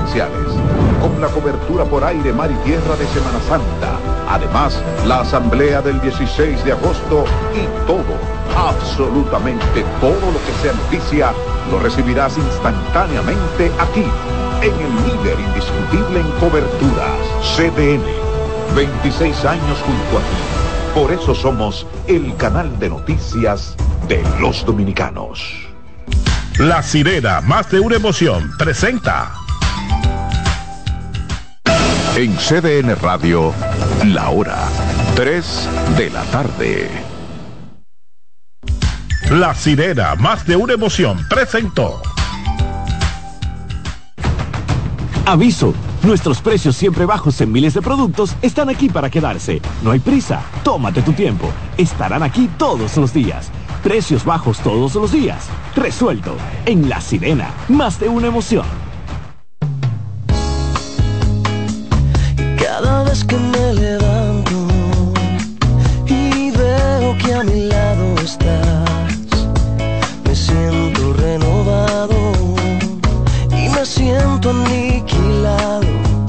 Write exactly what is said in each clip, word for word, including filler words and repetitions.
residenciales, con la cobertura por aire, mar y tierra de Semana Santa. Además, la asamblea del dieciséis de agosto y todo, absolutamente todo lo que sea noticia, lo recibirás instantáneamente aquí, en el líder indiscutible en coberturas, C D N. veintiséis años junto a ti. Por eso somos el canal de noticias de los dominicanos. La Sirena, más de una emoción, presenta. En C D N Radio, la hora tres de la tarde. La Sirena, más de una emoción, presentó. Aviso, nuestros precios siempre bajos en miles de productos están aquí para quedarse. No hay prisa, tómate tu tiempo. Estarán aquí todos los días. Precios bajos todos los días. Resuelto. En La Sirena, más de una emoción. Cada vez que me levanto y veo que a mi lado estás, me siento renovado y me siento aniquilado,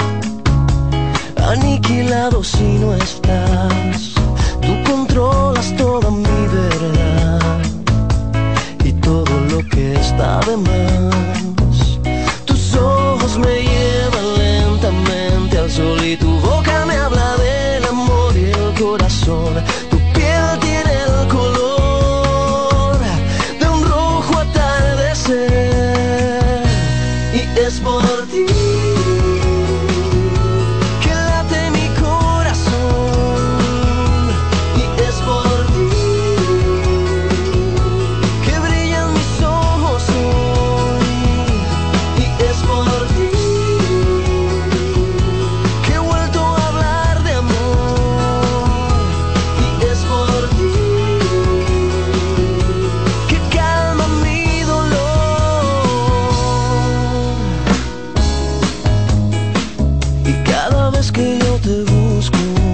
aniquilado si no estás. Tú controlas toda mi verdad y todo lo que está de más. Tus ojos me llevan lentamente al sol y tu boca me habla del amor y el corazón. Tu piel tiene el color de un rojo atardecer y es por ti que late mi corazón y es por ti que brillan mis ojos hoy y es por ti que he vuelto a hablar de amor y es por ti que calma mi dolor. Y cada vez que yo te busco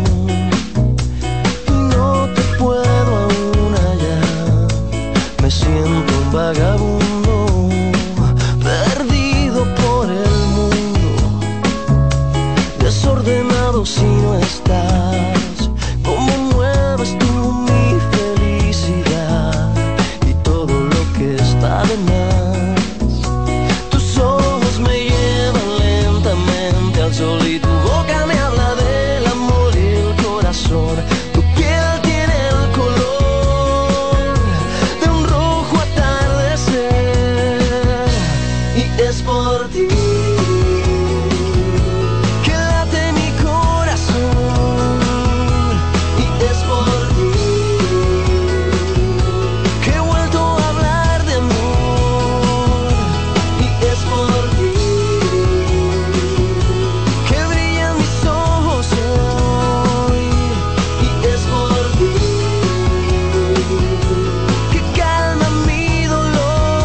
y no te puedo aún hallar, me siento un vagabundo perdido por el mundo, desordenado si no estás. Cómo mueves tú mi felicidad y todo lo que está de más. Tus ojos me llevan lentamente al sol y tu boca me habla del amor y el corazón. Tu piel tiene el color de un rojo atardecer y es por ti que late mi corazón y es por ti que he vuelto a hablar de amor y es por ti que brillan mis ojos hoy y es por ti que calma mi dolor.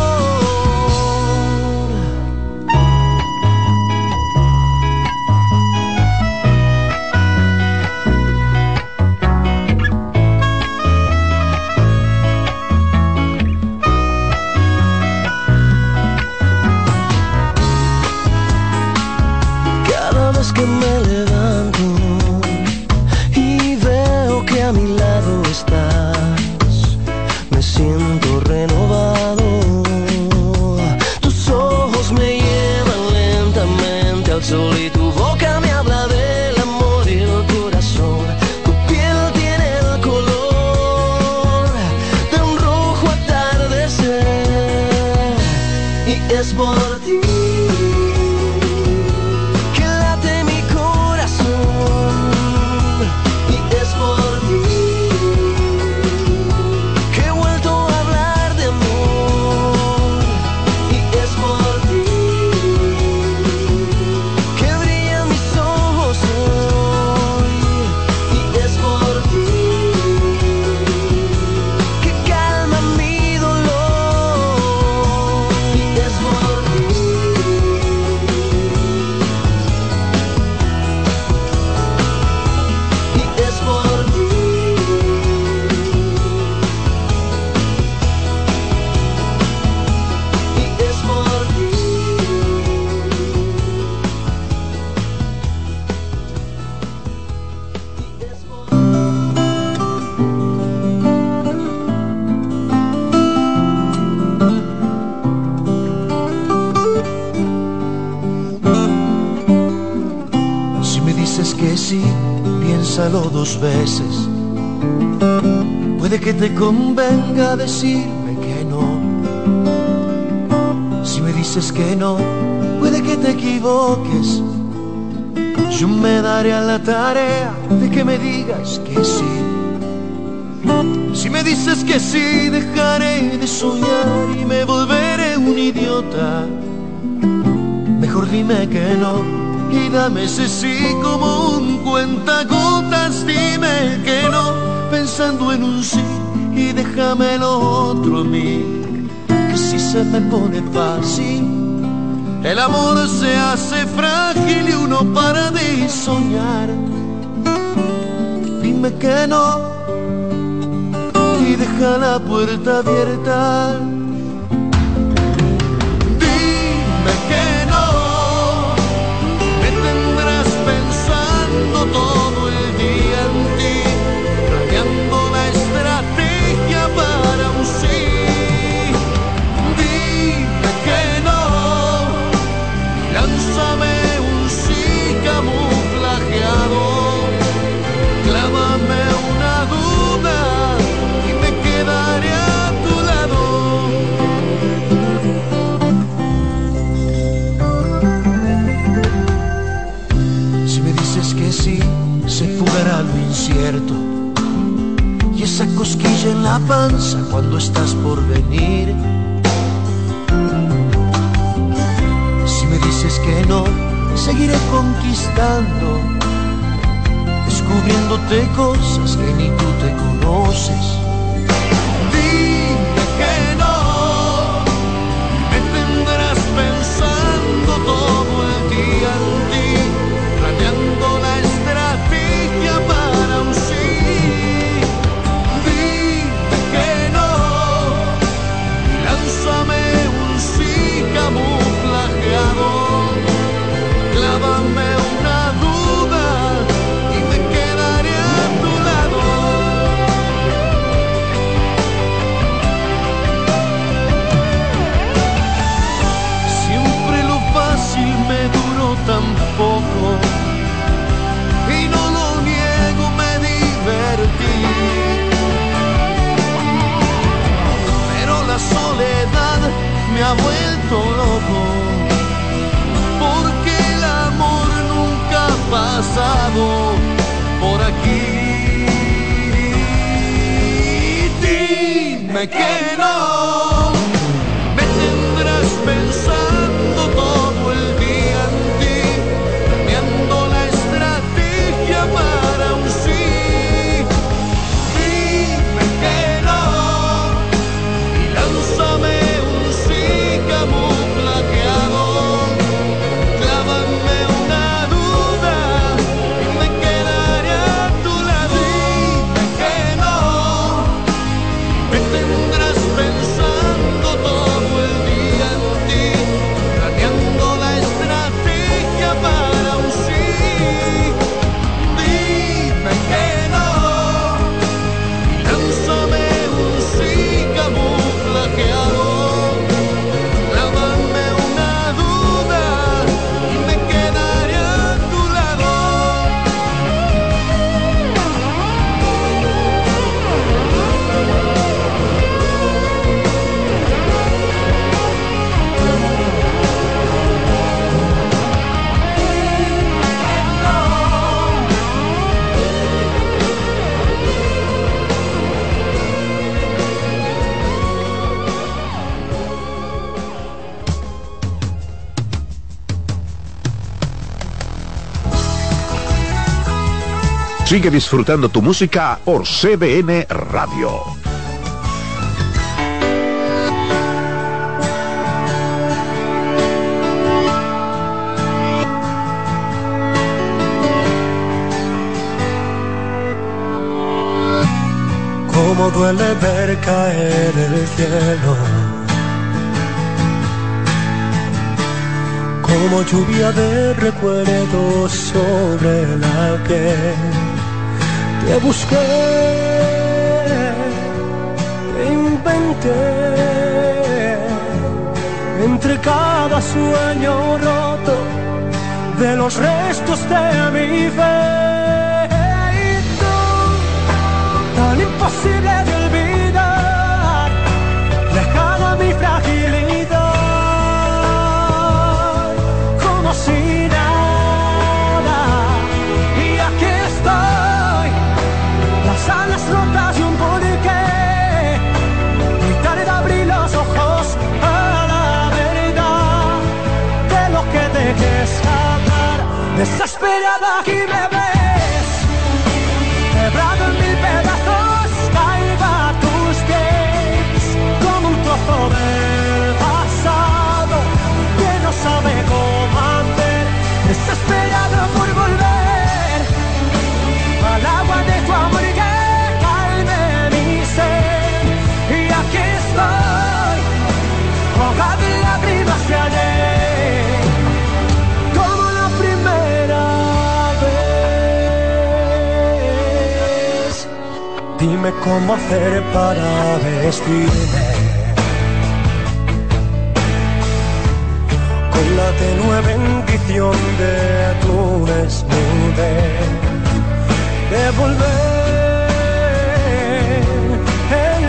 Cada vez que me levanto y veo que a mi lado estás, me siento renovado. Tus ojos me llevan lentamente al sol y tu boca me habla del amor y el corazón. Tu piel tiene el color de un rojo atardecer y es por ti que late mi corazón y es por ti que he vuelto a hablar que sí, piénsalo dos veces. Puede que te convenga decirme que no. Si me dices que no, puede que te equivoques. Yo me daré a la tarea de que me digas que sí. Si me dices que sí, dejaré de soñar y me volveré un idiota. Mejor dime que no y dame ese sí como un cuentagotas. Dime que no, pensando en un sí, y déjame lo otro a mí. Que si se me pone fácil, el amor se hace frágil y uno para de soñar. Dime que no y deja la puerta abierta. Dime que no, me tendrás pensando todo el día en ti, planeando la estrategia para un sí. Dime que no, lánzame un sí camuflajeado, clávame una duda y me quedaré a tu lado. Si me dices que sí, se fugará lo incierto y esa cosquilla en la panza cuando estás por venir. Si me dices que no, seguiré conquistando, descubriéndote cosas que ni tú te conoces. Dime que no, me tendrás pensando todo el día en ti, planeando la estrategia para un sí. Dime que no, y lánzame un sí camuflajeado, clávame una duda y me quedaré a tu lado. Siempre lo fácil me duró tan poco y no lo niego, me divertí. Pero la soledad me ha vuelto loco, porque el amor nunca ha pasado por aquí. Dime que no, me tendrás pensando todo el día en ti, planeando la estrategia para un sí. Dime que no y lánzame un sí camuflajeado, clávame una duda y me quedaré a tu lado. Dime que no, me tendrás pensando todo el día en ti, planeando la estrategia para un sí. Dime que no y lánzame un sí camuflajeado, clávame una duda y me quedaré a tu lado. Sigue disfrutando tu música por C D N Radio. Cómo duele ver caer el cielo, como lluvia de recuerdos sobre la piel. Te busqué, te inventé, entre cada sueño roto de los restos de mi fe. Y tú, tan imposible de olvidar, lejana mi fragilidad, como si nada. Y aquí estoy, las alas rotas y un porqué. Trataré de abrir los ojos a la verdad de lo que dejes hablar. Desesperada aquí me ves, quebrado en mil pedazos, caigo a tus pies, como un trozo del pasado que no sabe cómo hacer. Desesperado por volver al agua de tu amor que calme mi sed. Y aquí estoy, ahogado en lágrimas de ayer, como la primera vez. Dime cómo hacer para vestirme con la tenue bendición de tu desnudez, devolver el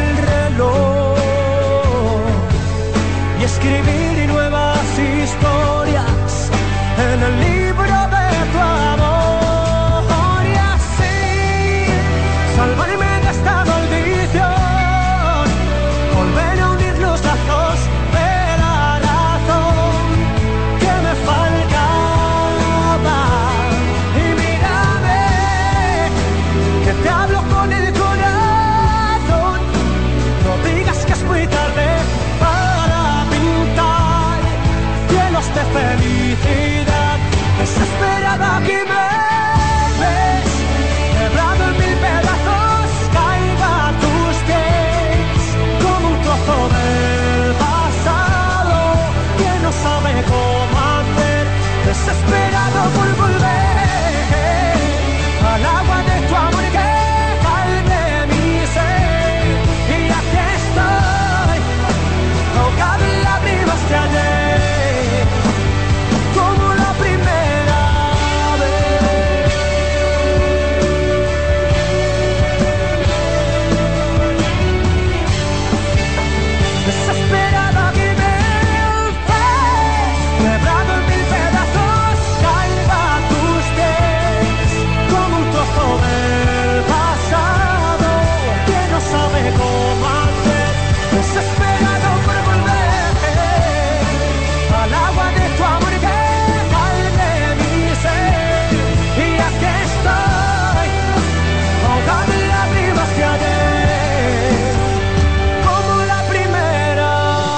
reloj y escribir nuevas historias en el libro de tu amor, y así salvarme de esta maldición, volver a unir los lazos de la razón que me faltaba. Y mírame, que te hablo con el corazón, no digas que es muy tarde para pintar cielos de felicidad. Desesperada aquí me ves, quebrado en mil pedazos, caigo a tus pies, como un trozo del pasado que no sabe cómo hacer. Desesperado por volver al agua de tu amor que calme mi sed. Y aquí estoy, ahogado en lágrimas de ayer, como la primera vez. Desesperado aquí me ves, quebrado en mil pedazos, caigo a tus pies, como un trozo del pasado que no sabe cómo hacer. Desesperado por volver al agua de tu amor que calme mi sed. Y aquí estoy, ahogado en lágrimas de ayer, como la primera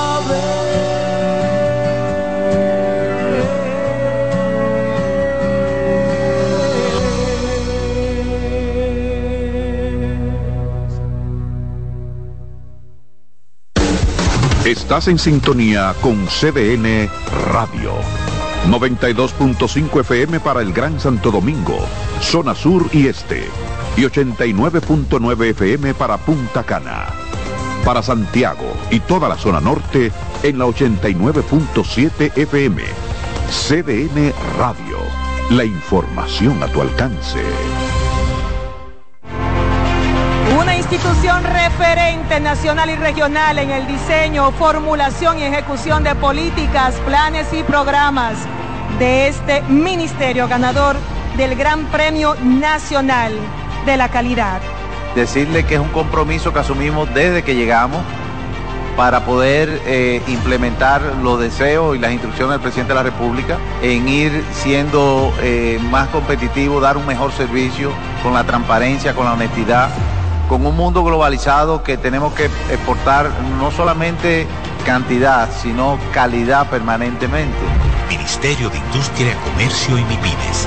vez. Estás en sintonía con C D N Radio. noventa y dos punto cinco F M para el Gran Santo Domingo, zona sur y este. Y ochenta y nueve punto nueve F M para Punta Cana. Para Santiago y toda la zona norte en la ochenta y nueve punto siete F M. C D N Radio. La información a tu alcance. Una institución referente nacional y regional en el diseño, formulación y ejecución de políticas, planes y programas de este ministerio ganador del Gran Premio Nacional de la Calidad. Decirle que es un compromiso que asumimos desde que llegamos para poder eh, implementar los deseos y las instrucciones del presidente de la República en ir siendo eh, más competitivo, dar un mejor servicio con la transparencia, con la honestidad, con un mundo globalizado que tenemos que exportar no solamente cantidad, sino calidad permanentemente. Ministerio de Industria, Comercio y MIPYMES.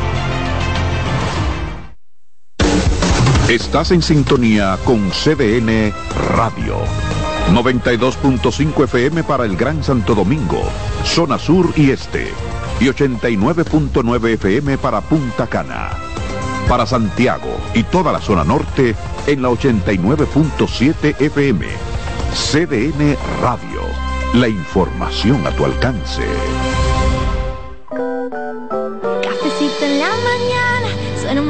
Estás en sintonía con C D N Radio. noventa y dos punto cinco F M para el Gran Santo Domingo, zona sur y este. Y ochenta y nueve punto nueve F M para Punta Cana. Para Santiago y toda la zona norte en la ochenta y nueve punto siete F M. C D N Radio. La información a tu alcance.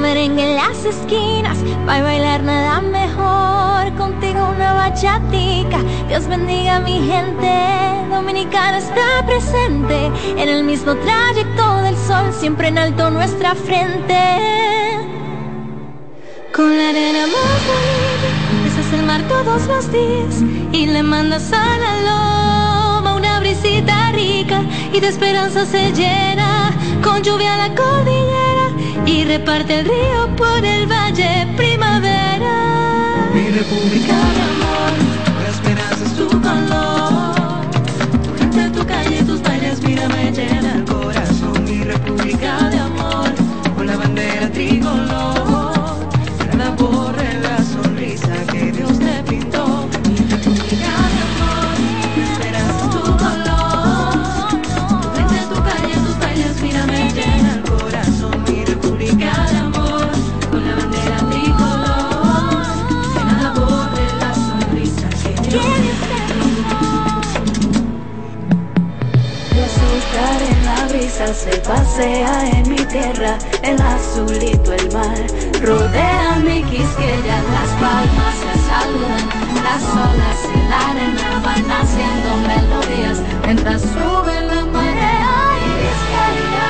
merengue en las esquinas, para bailar nada mejor, contigo una bachatica. Dios bendiga a mi gente, dominicana está presente, en el mismo trayecto del sol, siempre en alto nuestra frente. Con la arena más bonita, besas el mar todos los días, y le mandas a la loma una brisita rica, y de esperanza se llena, con lluvia a la cordillera, y reparte el río por el valle primavera. Mi república de amor, la esperanza es tu color, tu gente, tu calle, tus bailes, mira, me llena el corazón. Mi república de amor, con la bandera tricolor, nada borre la sonrisa que Dios te pintó. Mi república de amor, la esperanza es tu color, tu gente, tu calle, tus bailes, mira, me llena el corazón. Mi república de amor, con la bandera tricolor, que nada borre la sonrisa que Dios te pintó. Los estar en la brisa se pasea en mi tierra, el azulito el mar rodea mi Quisqueya, las palmas se saludan, las olas en la arena van haciendo melodías mientras sube la marea y Quisqueya.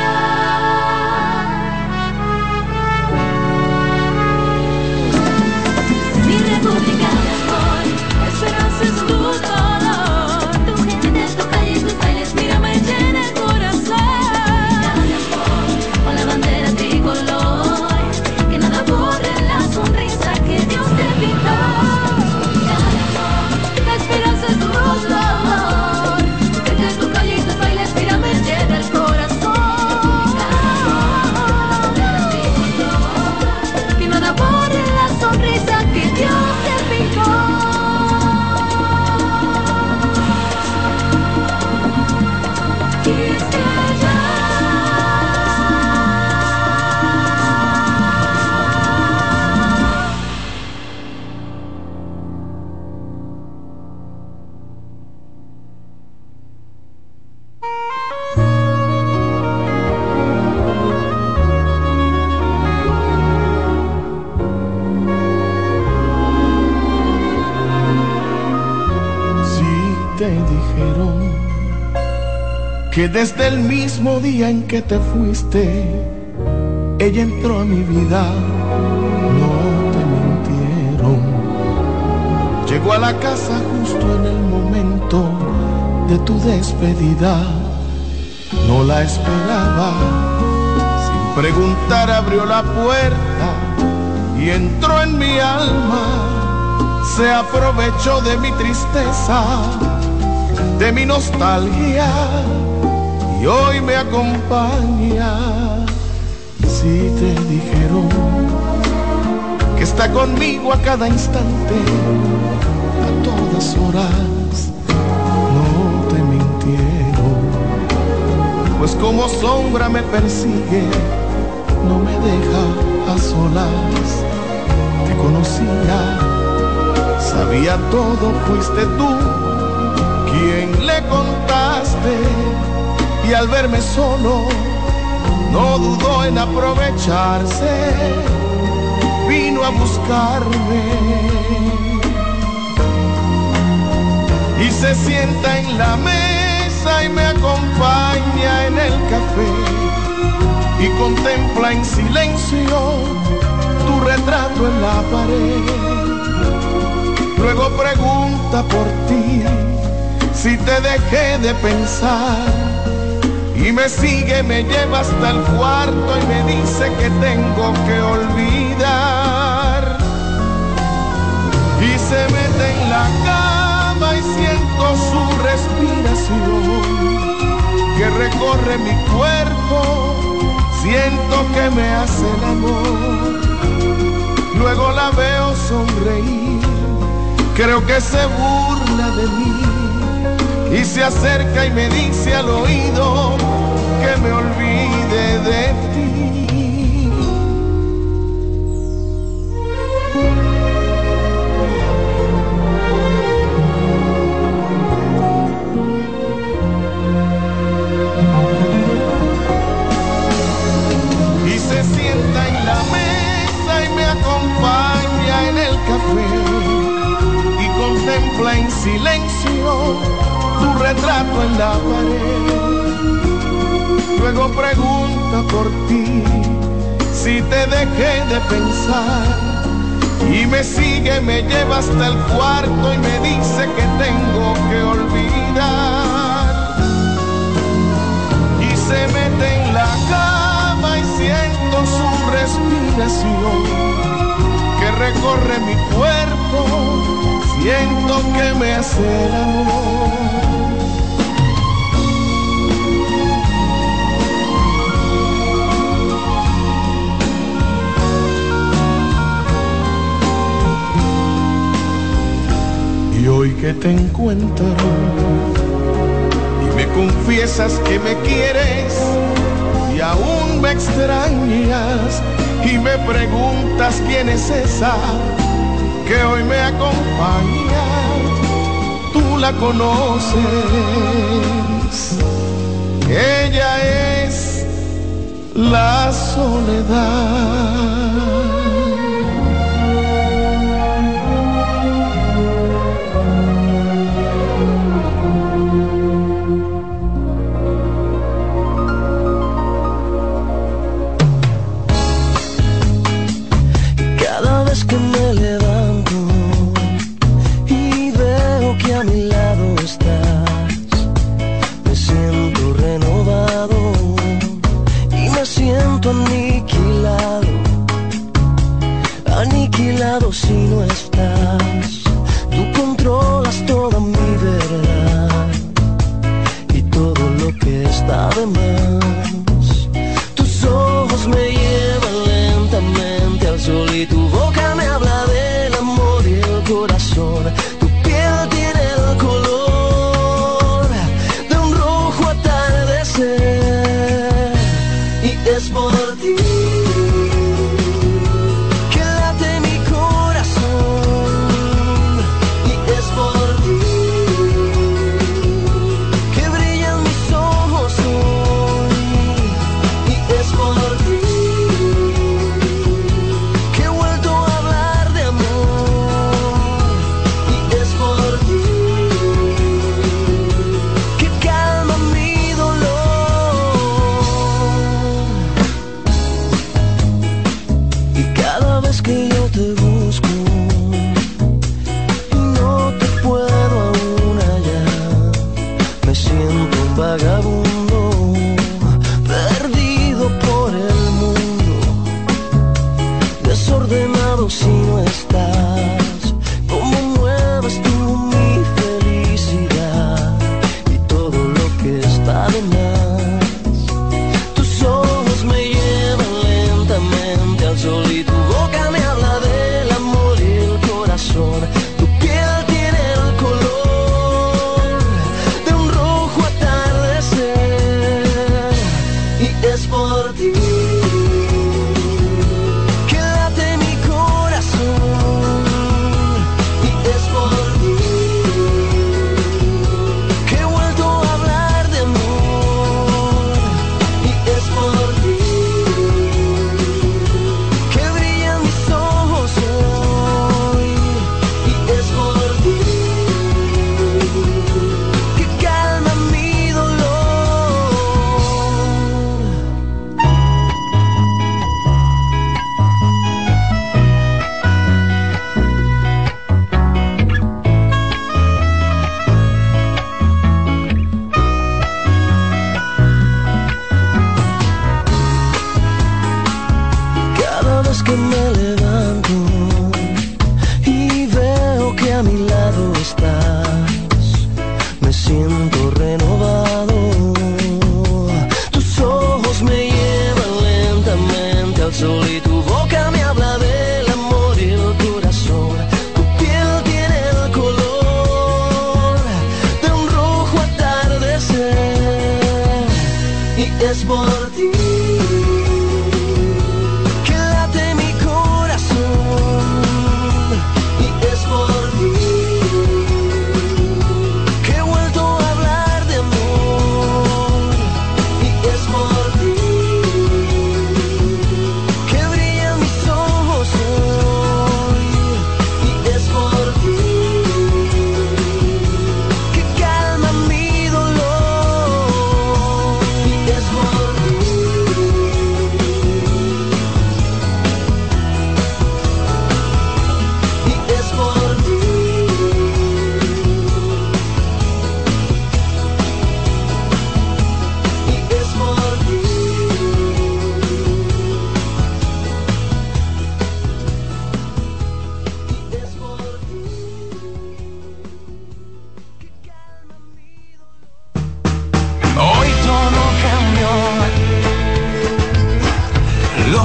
Mi república de amor, esperanza es tu dolor, tu gente, tu calle y tus bailes, mira, me llena el corazón. Con la bandera tricolor, que nada borre la sonrisa que Dios te pintó. La esperanza es tu dolor, tu gente, tu calle y tus bailes, mira, me llena el corazón. Que nada borre la sonrisa que Dios te pintó. Te dijeron que desde el mismo día en que te fuiste, ella entró a mi vida, no te mintieron. Llegó a la casa justo en el momento de tu despedida, no la esperaba, sin preguntar abrió la puerta y entró en mi alma, se aprovechó de mi tristeza, de mi nostalgia, y hoy me acompaña. Si te dijeron que está conmigo a cada instante, a todas horas, no te mintieron, pues como sombra me persigue, no me deja a solas. Te conocía, sabía todo, fuiste tú quien le contaste, y al verme solo no dudó en aprovecharse, vino a buscarme y se sienta en la mesa y me acompaña en el café y contempla en silencio tu retrato en la pared. Luego pregunta por ti, si te dejé de pensar, y me sigue, me lleva hasta el cuarto y me dice que tengo que olvidar. Y se mete en la cama y siento su respiración que recorre mi cuerpo, siento que me hace el amor. Luego la veo sonreír, creo que se burla de mí, y se acerca y me dice al oído que me olvide de ti. Y se sienta en la mesa en silencio tu retrato en la pared. Luego pregunta por ti si te dejé de pensar y me sigue, me lleva hasta el cuarto y me dice que tengo que olvidar. Y se mete en la cama y siento su respiración que recorre mi cuerpo, siento que me hace el amor. Y hoy que te encuentro y me confiesas que me quieres y aún me extrañas y me preguntas quién es esa que hoy me acompaña, tú la conoces, ella es la soledad. Aniquilado, aniquilado si no estás. Tú controlas toda mi verdad y todo lo que está de más. Tus ojos me llevan lentamente al sol y tu boca me habla del amor y el corazón. Tu piel tiene el color de un rojo atardecer y es por ti que late mi corazón y es por ti que brillan mis ojos hoy y es por ti que he vuelto a hablar de amor y es por ti que calma mi dolor. Y cada vez que yo te busco y no te puedo aún hallar, me siento un vagabundo perdido por el mundo, desordenado si no estás. Cómo mueves tú mi felicidad y todo lo que está de más. Tus ojos me llevan lentamente al sol y tu boca me habla del amor y el corazón. Tu piel tiene el color de un rojo atardecer y es por ti que late mi corazón y es por ti que he vuelto a hablar de amor y es por ti que brillan mis ojos hoy y es por ti que calma mi dolor. Cada vez que me levanto y veo que a mi lado estás, me siento renovado. Tus ojos me llevan lentamente al sol y tu boca me habla del amor y el corazón. Tu piel tiene el color de un rojo atardecer y es por ti que late mi corazón y es por ti que he vuelto a hablar de amor y es por ti que brilla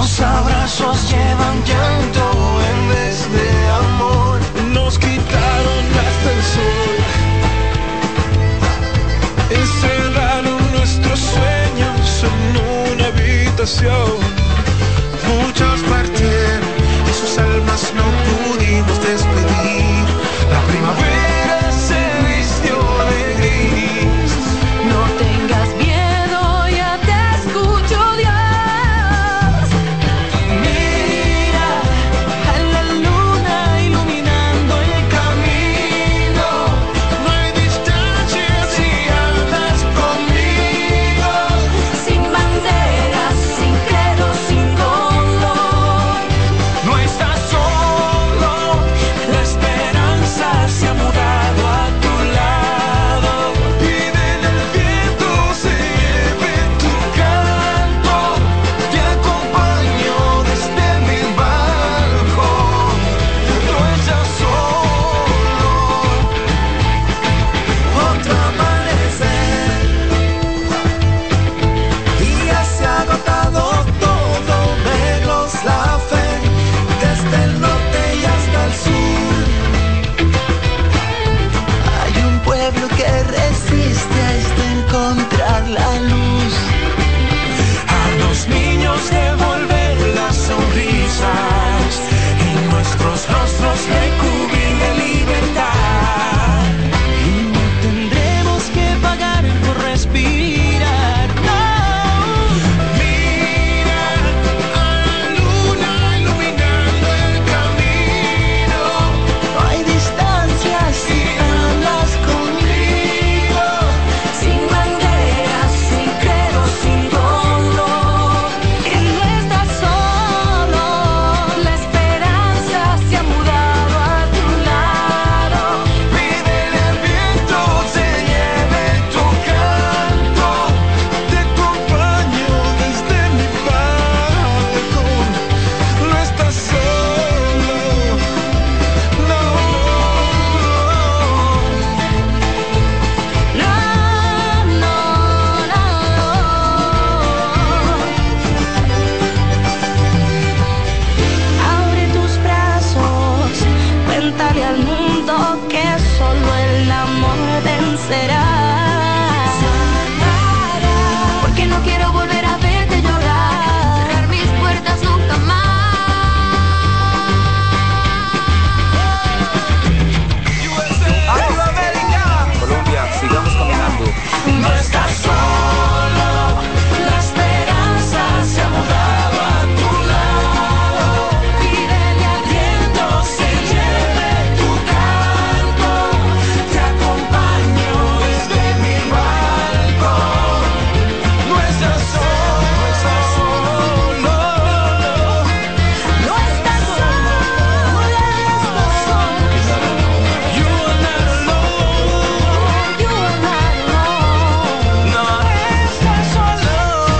Los abrazos llevan llanto en vez de amor. Nos quitaron hasta el sol. Encerraron nuestros sueños en una habitación. Muchos partieron y sus almas no pudimos despedir. La primavera se vistió de gris. No tengas miedo, ya te escucho, Dios. Mira a la luna iluminando el camino. No hay distancia si andas conmigo. Sin banderas, sin credo, sin dolor. No estás solo, la esperanza se ha mudado a tu lado. Pídele al viento se lleve tu canto. Te acompaño desde mi balcón. No estás solo. Otro amanecer y ya se ha agotado todo menos la fe. Desde el norte y hasta el sur hay un pueblo que resiste hasta encontrar la luz. A los niños devolver las sonrisas y nuestros rostros recubrir de libertad. Y no tendremos que pagar por respirar, no. Mira a la luna iluminando el camino. No hay distancia si andas conmigo. Sin banderas, sin credo, sin dolor. Y no estás solo, la esperanza se ha mudado a tu lado. Pídele al viento se lleve tu canto. Te acompaño desde mi balcón. No estás solo, no. No, no, no. Abre tus brazos, cuéntale al mundo que solo el amor vencerá. Porque no quiero volver a verte llorar, cerrar mis puertas nunca más. Colombia, sigamos caminando. No estás solo, la esperanza se ha mudado a tu lado. Pídele al viento se lleve tu canto. Te acompaño desde mi balcón. No estás solo, no estás solo. No estás solo, You are not alone. you are not alone. No estás solo.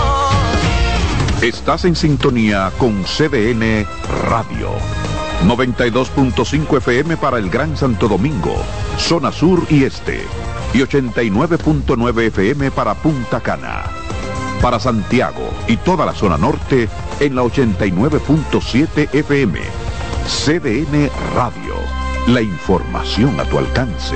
Estás en sintonía con C D N Radio. noventa y dos punto cinco F M para el Gran Santo Domingo, zona sur y este. Y ochenta y nueve punto nueve F M para Punta Cana. Para Santiago y toda la zona norte en la ochenta y nueve punto siete F M. C D N Radio. La información a tu alcance.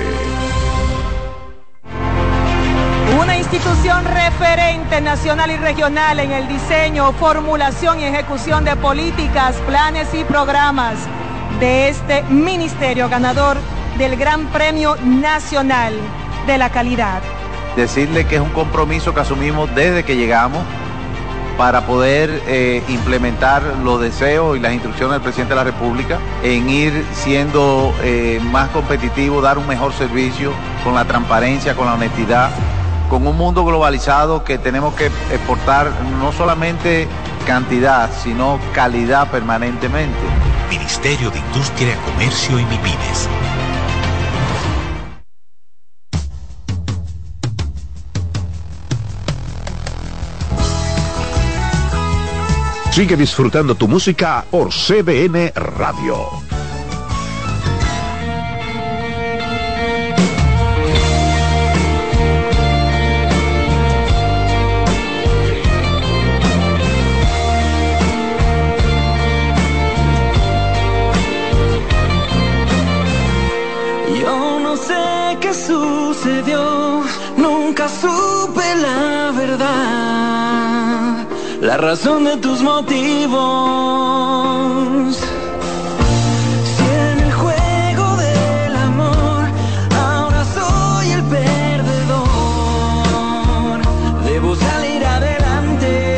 Una institución referente nacional y regional en el diseño, formulación y ejecución de políticas, planes y programas de este ministerio ganador del Gran Premio Nacional de la Calidad. Decirle que es un compromiso que asumimos desde que llegamos para poder eh, implementar los deseos y las instrucciones del presidente de la República en ir siendo eh, más competitivo, dar un mejor servicio con la transparencia, con la honestidad, con un mundo globalizado que tenemos que exportar no solamente cantidad, sino calidad permanentemente. Ministerio de Industria, Comercio y MIPYMES. Sigue disfrutando tu música por C D N Radio. sucedió, nunca supe la verdad, la razón de tus motivos. Si en el juego del amor ahora soy el perdedor, debo salir adelante.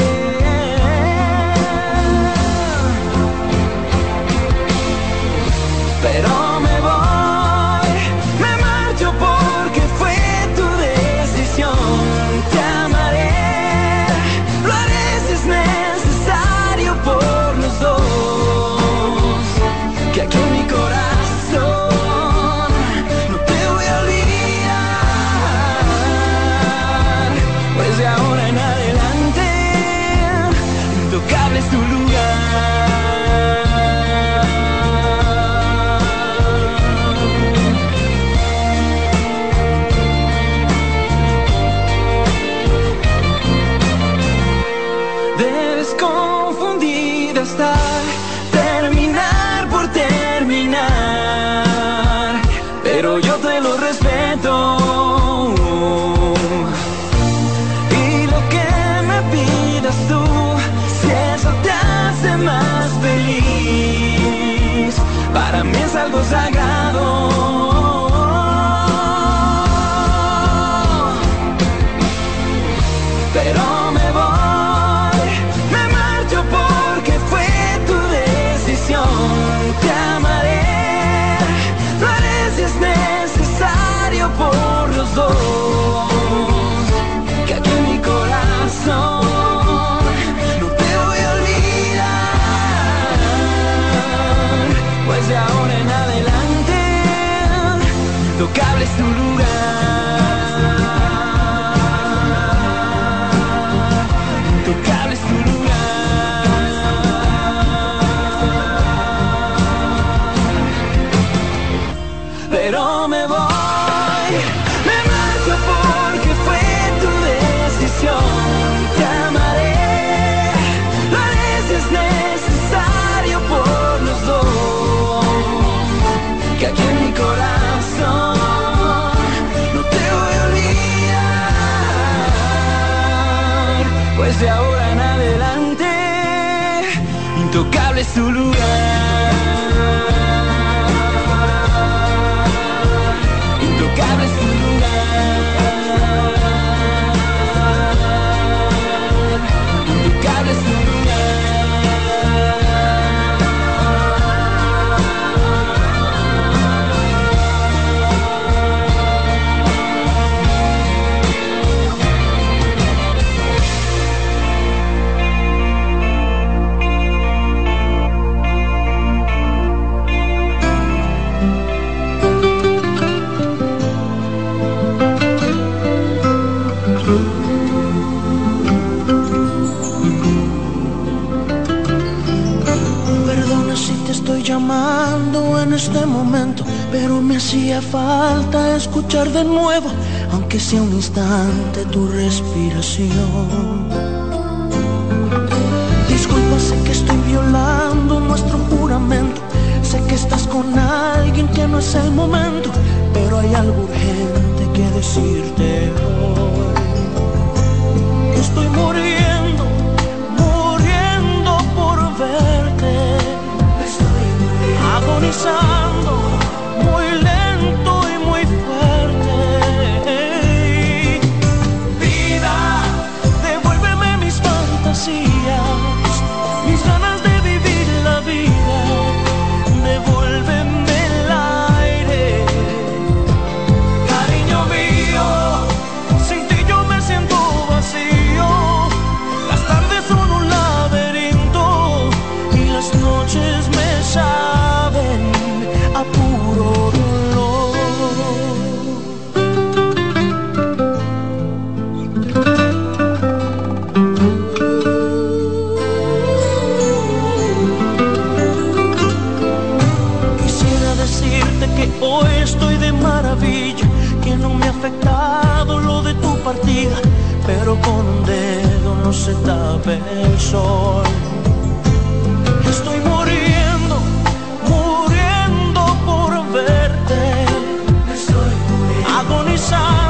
Pero me voy, me marcho porque fue tu decisión. Te amaré, lo haré si es necesario por los dos. Que aquí en mi corazón no te voy a olvidar, pues de ahora en adelante intocable es tu lugar. Terminar por terminar, pero yo te lo respeto. Y lo que me pidas tú, si eso te hace más feliz, para mí es algo sagrado. Pero me voy, me marcho porque fue te amaré, lo haré si es necesario por los dos. Que aquí en mi corazón no te voy a olvidar, pues de ahora en adelante intocable es tu lugar. Intocable es tu lugar. Pero me voy, me marcho porque fue tu decisión. Te amaré, lo haré si es necesario por los dos. Que aquí en mi corazón no te voy a olvidar, pues de ahora en adelante intocable es tu lugar. Intocable es tu lugar. Intocable es tu llamando en este momento, pero me hacía falta escuchar de nuevo, aunque sea un instante, tu respiración. Disculpa, sé que estoy violando nuestro juramento, sé que estás con alguien que no es el momento, pero hay algo urgente que decirte hoy. Estoy muriendo, muriendo por verte. Agonizando, muy lento y muy fuerte. Vida, devuélveme mis fantasías, mis ganas de vivir la vida. Devuélveme el aire, cariño mío. Sin ti yo me siento vacío. Las tardes son un laberinto y las noches me saben a puro dolor. Quisiera decirte que hoy estoy de maravilla, que no me ha afectado lo de tu partida, pero con un dedo no se tapa el sol. Estoy muriendo, muriendo por verte. Estoy muriendo, agonizando.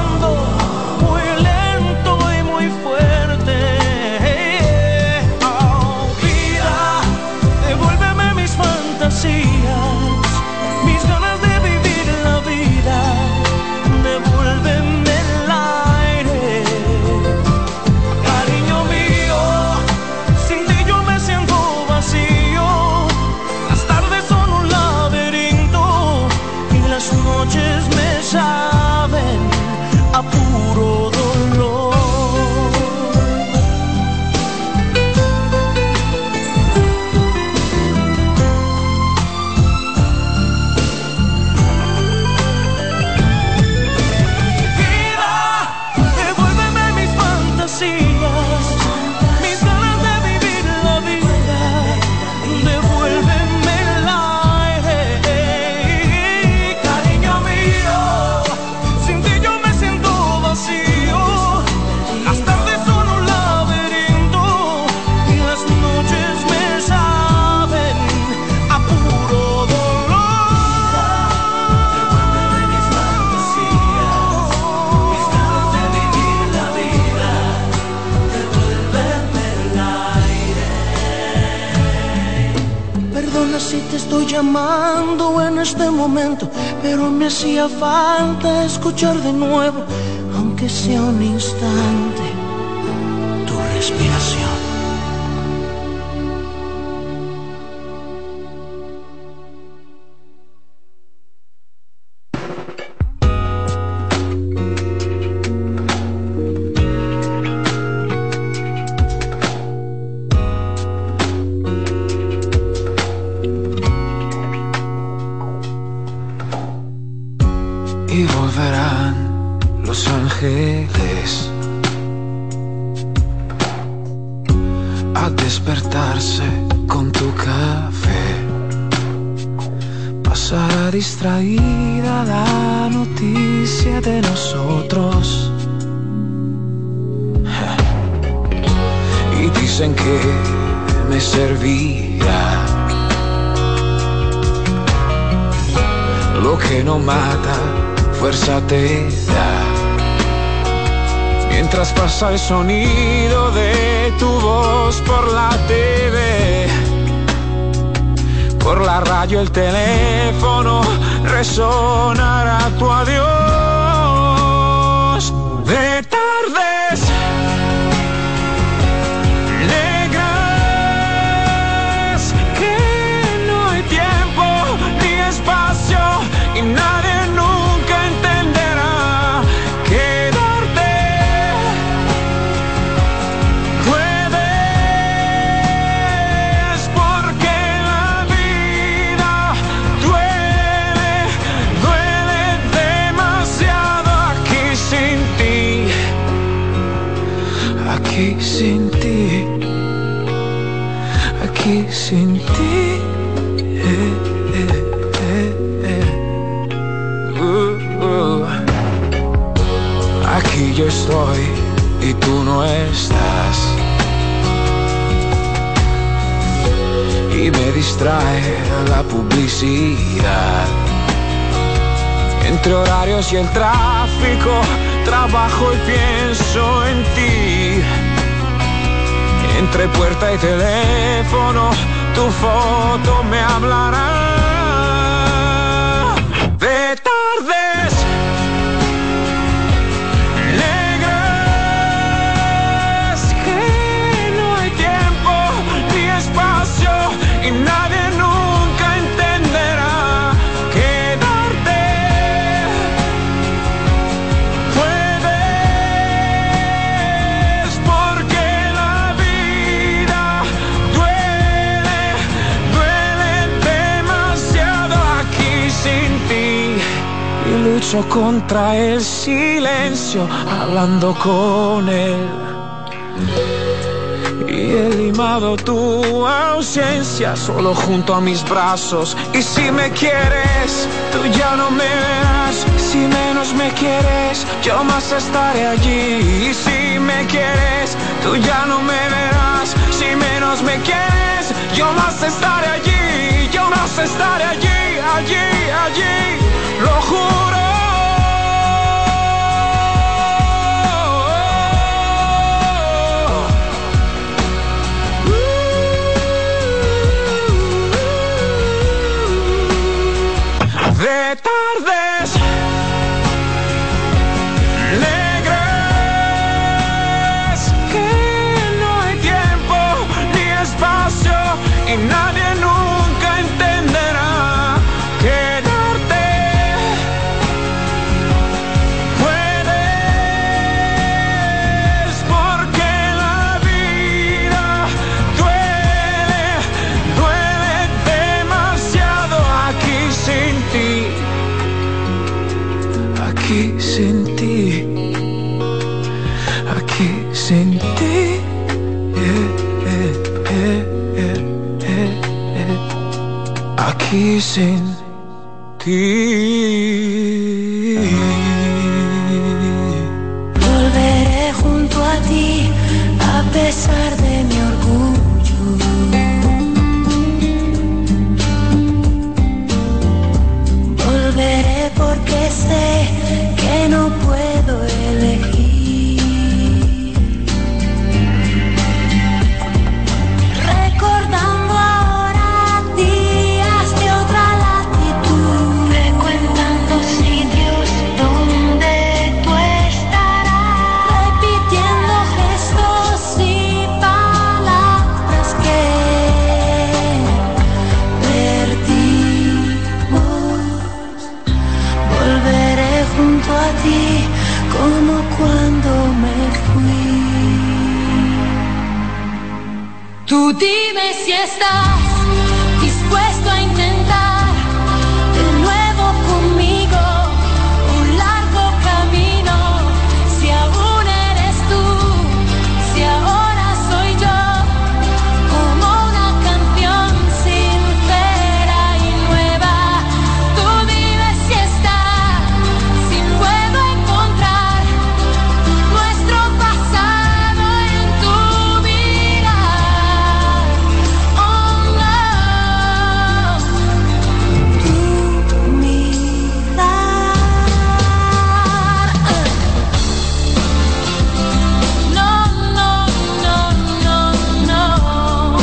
si te estoy llamando en este momento, pero me hacía falta escuchar de nuevo, aunque sea un instante, tu respiración. Y volverán los ángeles a despertarse con tu café. Pasará distraída la noticia de nosotros. Y dicen que me servirá lo que no mata, fuerza te da. Mientras pasa el sonido de tu voz por la T V, por la radio el teléfono resonará tu adiós. De tardes negras que no hay tiempo ni espacio y nadie aquí sin ti, aquí sin ti, eh, eh, eh, eh. Uh, uh. Aquí yo estoy y tú no estás, y me distrae la publicidad. Entre horarios y el tráfico, trabajo y pienso en ti. Entre puerta y teléfono, tu foto me hablará. De tardes negras que no hay tiempo ni espacio y nadie nunca entenderá. Quedarte puedes porque la vida duele, duele demasiado aquí sin ti. Y lucho contra el silencio hablando con él. Y he limado tu ausencia solo junto a mis brazos. Y si me quieres, tú ya no me verás. Si menos me quieres, yo más estaré allí. Y si me quieres, tú ya no me verás. Si menos me quieres, yo más estaré allí. Yo más estaré allí, allí, allí. Lo juro. De tardes negras que no hay tiempo ni espacio y nadie nunca entenderá. Quedarte puedes porque la vida duele, duele demasiado aquí sin ti. Aquí sin ti, aquí sin ti, eh, eh, eh, eh, eh, eh. Aquí sin ti. Volveré junto a ti a pesar de mi orgullo. Volveré porque sé que no puedo elegir. Recordando ahora día si estás dispuesto a intentar de nuevo conmigo un largo camino. Si aún eres tú, si ahora soy yo, como una canción sincera y nueva. Tú dime si estás, si puedo encontrar nuestro pasado en tu vida. Oh no, tu mirar. No, no, no, no, no.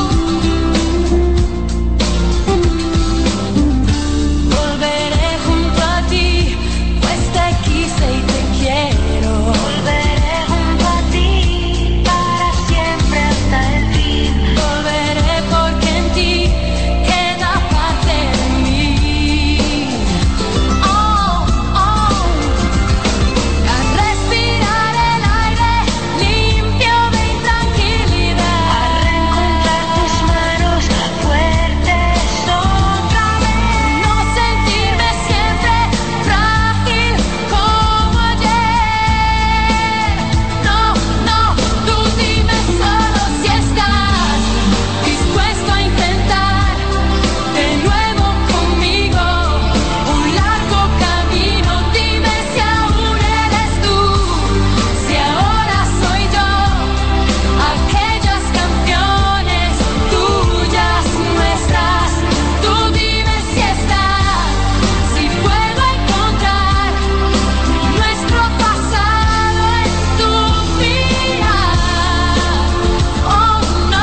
Volveré junto a ti, pues te quise y te quiero. Volveré junto a ti, para siempre hasta el fin. Volveré porque en ti queda parte de mí. Oh, oh. A respirar el aire limpio de intranquilidad. A reencontrar tus manos fuertes otra vez. No sentirme siempre frágil como ayer. No, no, tú dime solo si estás dispuesto a intentar de nuevo conmigo un largo camino. Dime si aún eres tú, si ahora soy yo, aquellas canciones tuyas, nuestras. Tú dime si estás, si puedo encontrar nuestro pasado en tu vida. Oh no.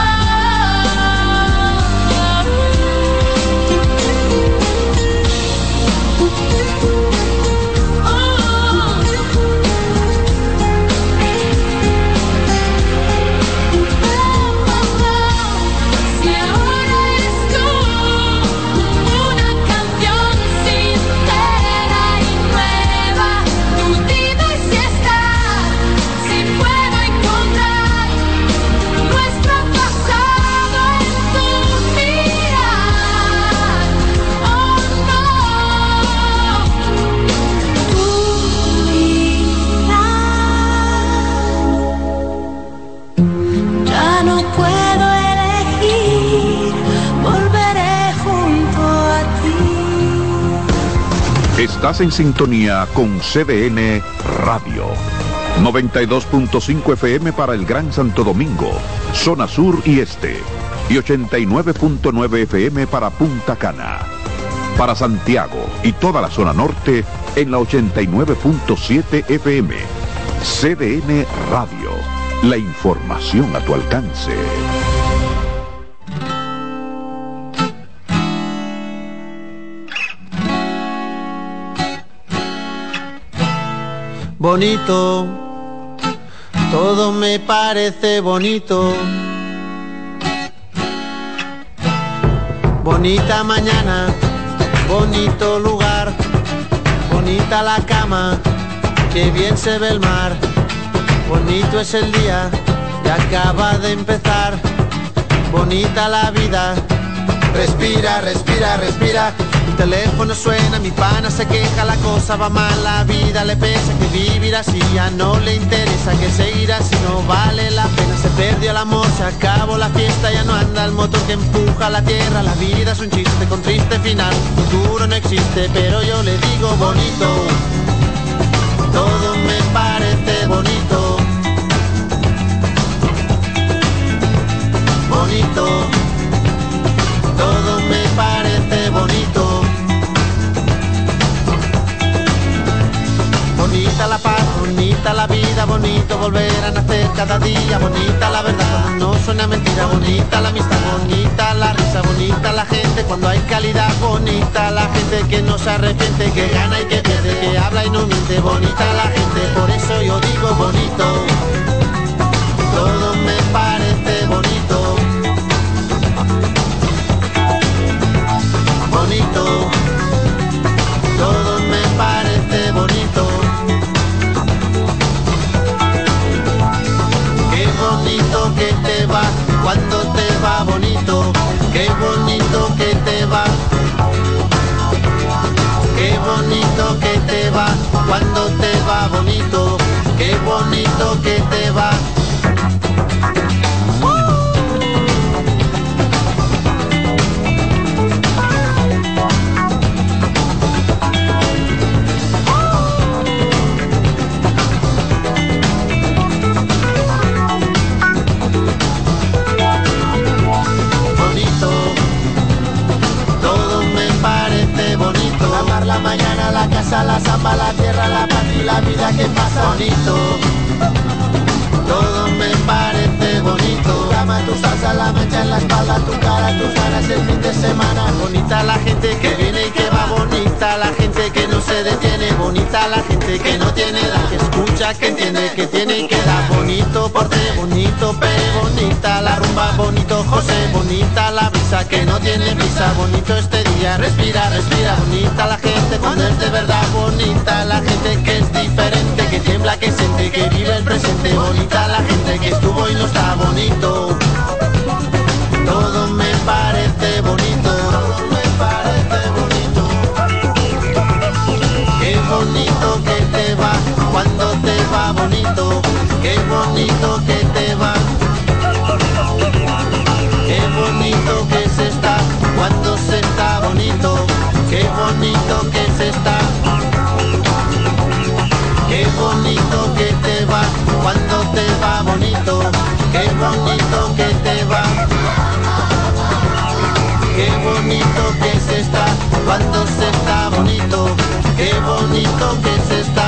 Si ahora eres tú, una canción sincera y nueva. Tú dime si estás, si puedo encontrar nuestro pasado en tu vida. Oh no, tu mirar. Ya no puedo elegir, volveré junto a ti. Estás en sintonía con C D N Radio. noventa y dos punto cinco F M para el Gran Santo Domingo, zona sur y este. Y ochenta y nueve punto nueve F M para Punta Cana. Para Santiago y toda la zona norte en la ochenta y nueve punto siete F M. C D N Radio. La información a tu alcance. Bonito, todo me parece bonito. Bonita mañana, bonito lugar, bonita la cama, que bien se ve el mar. Bonito es el día que acaba de empezar, bonita la vida. Respira, respira, respira. Mi teléfono suena, mi pana se queja, la cosa va mal, la vida le pesa, que vivir así ya no le interesa, que seguir así no vale la pena. Se perdió el amor, se acabó la fiesta, ya no anda el motor que empuja la tierra. La vida es un chiste con triste final, futuro no existe, pero yo le digo bonito. Todo me parece bonito. Bonito. Todo me parece bonito. Bonita la paz, bonita la vida, bonito volver a nacer cada día. Bonita la verdad cuando no suena mentira, bonita la amistad, bonita la risa, bonita la gente cuando hay calidad. Bonita la gente que no se arrepiente, que gana y que pierde, que habla y no miente. Bonita la gente, por eso yo digo bonito. Todo me parece bonito. Bonito, todo me parece bonito. Qué bonito que te va cuando te va bonito. salsa, la samba, la tierra, la paz y la vida que pasa. Bonito, todo me parece bonito. Cama, tu salsa, la mancha en la espalda, tu cara, tus ganas el fin de semana. Bonita la gente que viene y que va, bonita la gente que no se detiene, bonita la gente que no tiene edad, que escucha, que entiende, que tiene y que da. Bonito porte, bonito Pere, bonita la rumba, bonito José, bonita la brisa que no tiene prisa, bonito este día, respira, respira. Bonita la gente cuando es de verdad, bonita la gente que es diferente, que tiembla, que siente, que vive el presente. Bonita la gente que estuvo y no está, bonito. Todo me parece bonito, todo me parece bonito. Qué bonito que te va, cuando te va bonito. Qué bonito que te va. Qué bonito que se está, cuando se está bonito. Qué bonito que se está. Qué bonito que te va, cuando te va bonito. Qué bonito que te va. Qué bonito que se está, cuando se está bonito. Qué bonito que se está.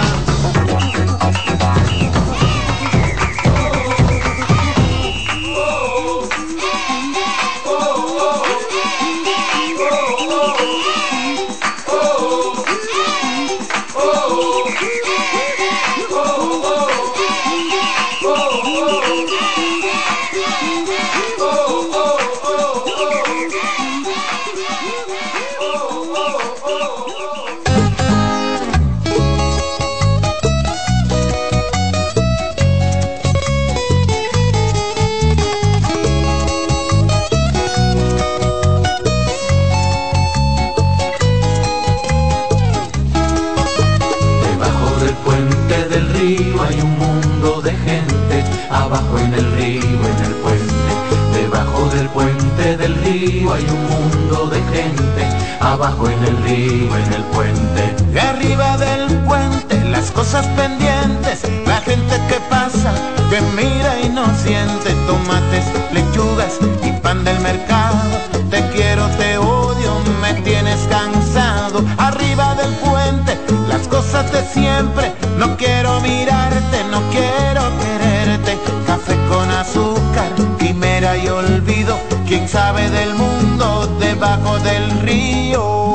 Abajo en el río, en el puente, debajo del puente del río hay un mundo de gente. Abajo en el río, en el puente. Y arriba del puente las cosas pendientes, la gente que pasa, que mira y no siente. Tomates, lechugas y pan del mercado. Te quiero, te odio, me tienes cansado. Arriba del puente las cosas de siempre. No quiero mirarte, no quiero quererte. Café con azúcar, quimera y olvido. ¿Quién sabe del mundo debajo del río?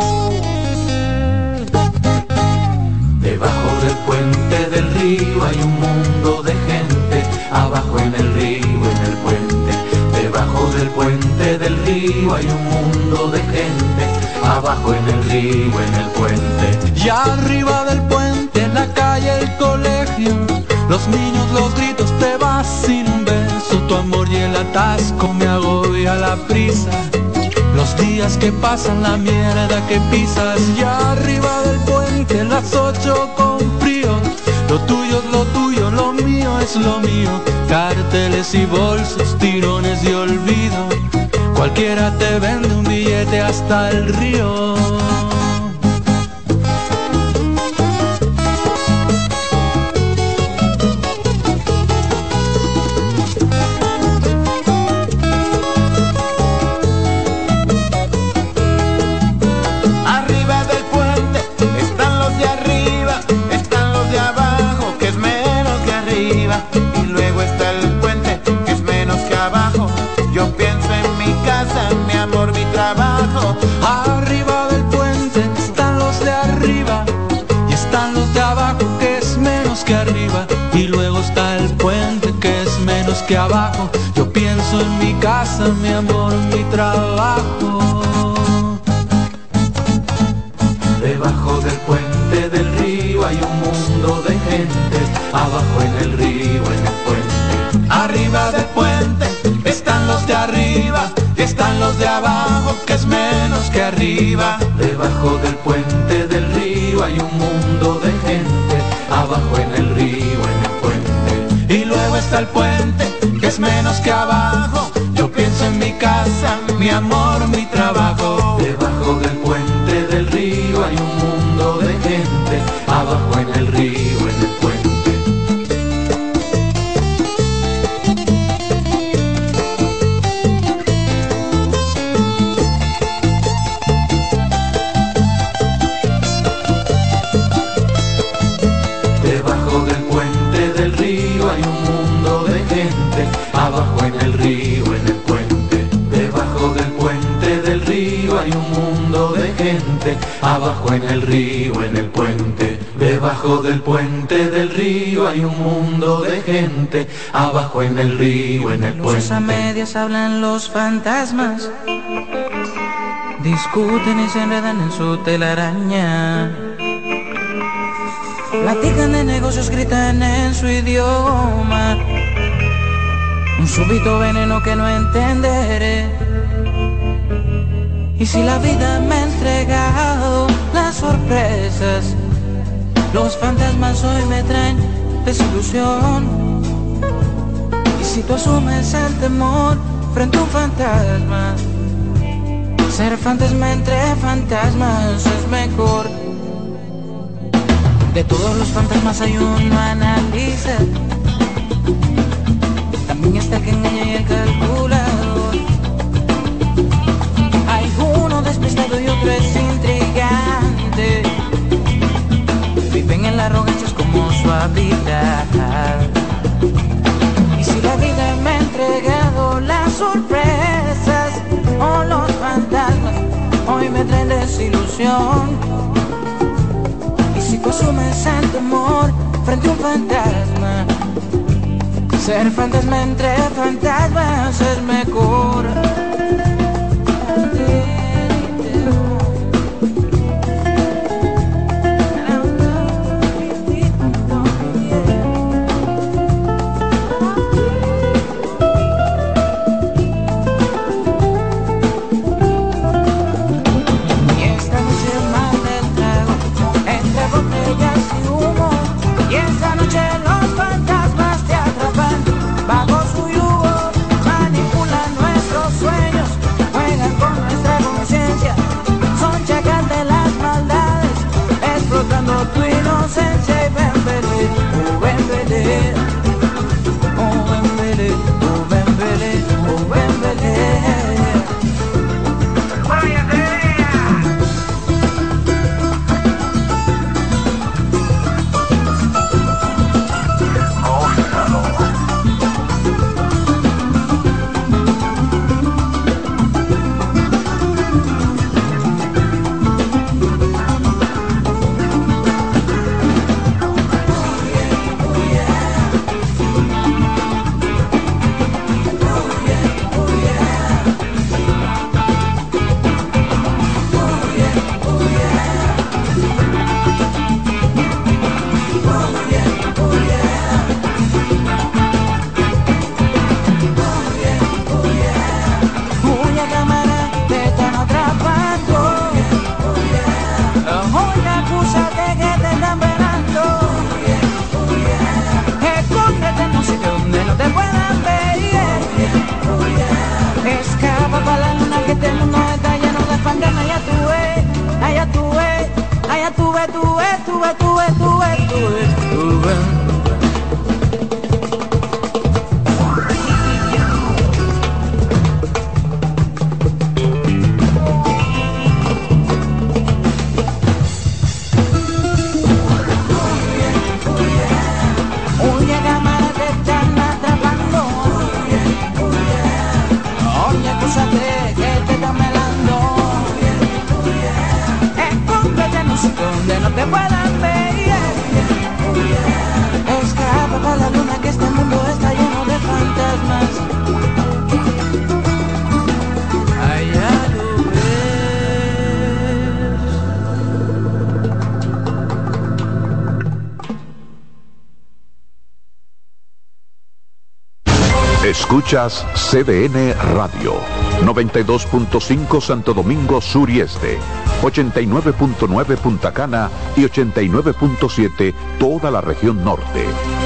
Debajo del puente del río hay un mundo de gente. Abajo en el río, en el puente. Debajo del puente del río hay un mundo de gente. Abajo en el río, en el puente. Y arriba del puente, en la calle, el colegio, los niños, los gritos, te vas sin un beso. Tu amor y el atasco me agobia la prisa. Los días que pasan, la mierda que pisas. Y arriba del puente, las ocho con frío. Lo tuyo es lo tuyo, lo mío es lo mío. Carteles y bolsos, tirones y olvido. Cualquiera te vende un billete hasta el río. Arriba del puente están los de arriba, están los de abajo, que es menos que arriba. Y luego está el puente, que es menos que abajo. Yo pienso en mi casa, mi amor, mi trabajo. Arriba del puente están los de arriba y están los de abajo, que es menos que arriba. Y luego está el puente, que es menos que abajo. Yo pienso en mi casa, mi amor, mi trabajo. Debajo del puente del río hay un mundo de gente. Abajo en el río, en el puente. Arriba del puente están los de arriba y están los de abajo, que es menos que arriba. Debajo del puente del río hay un mundo de gente. Abajo en el río, en el puente. Y luego está el puente, que es menos que abajo. Yo pienso en mi casa, mi amor, mi trabajo. Debajo del puente del río hay un mundo de gente. Abajo en el río, en el puente. hay un mundo de gente, abajo en el río, en el puente, debajo del puente del río hay un mundo de gente, abajo en el río, en el puente, debajo del puente del río hay un mundo de gente, abajo en el río, en el puente. Luces a medias hablan los fantasmas, discuten y se enredan en su telaraña. Platican de negocios, gritan en su idioma, un súbito veneno que no entenderé. Y si la vida me ha entregado las sorpresas, los fantasmas hoy me traen desilusión. Y si tú asumes el temor frente a un fantasma, ser fantasma entre fantasmas es mejor. De todos los fantasmas hay uno analiza, también está el que engaña y el calculador. Hay uno despistado y otro es intrigante, viven en la arrogancia, es como su habilidad. Y si la vida me ha entregado las sorpresas o los fantasmas, hoy me traen desilusión. Si tú asumes el temor frente a un fantasma, ser fantasma entre fantasmas es mejor. Tu inocencia y ven, vele, oh ven, vele, oh ven, vele, oh ven, vele, oh ven, vele. Escuchas C D N Radio, noventa y dos punto cinco Santo Domingo Sur y Este, ochenta y nueve punto nueve Punta Cana y ochenta y nueve punto siete toda la región norte.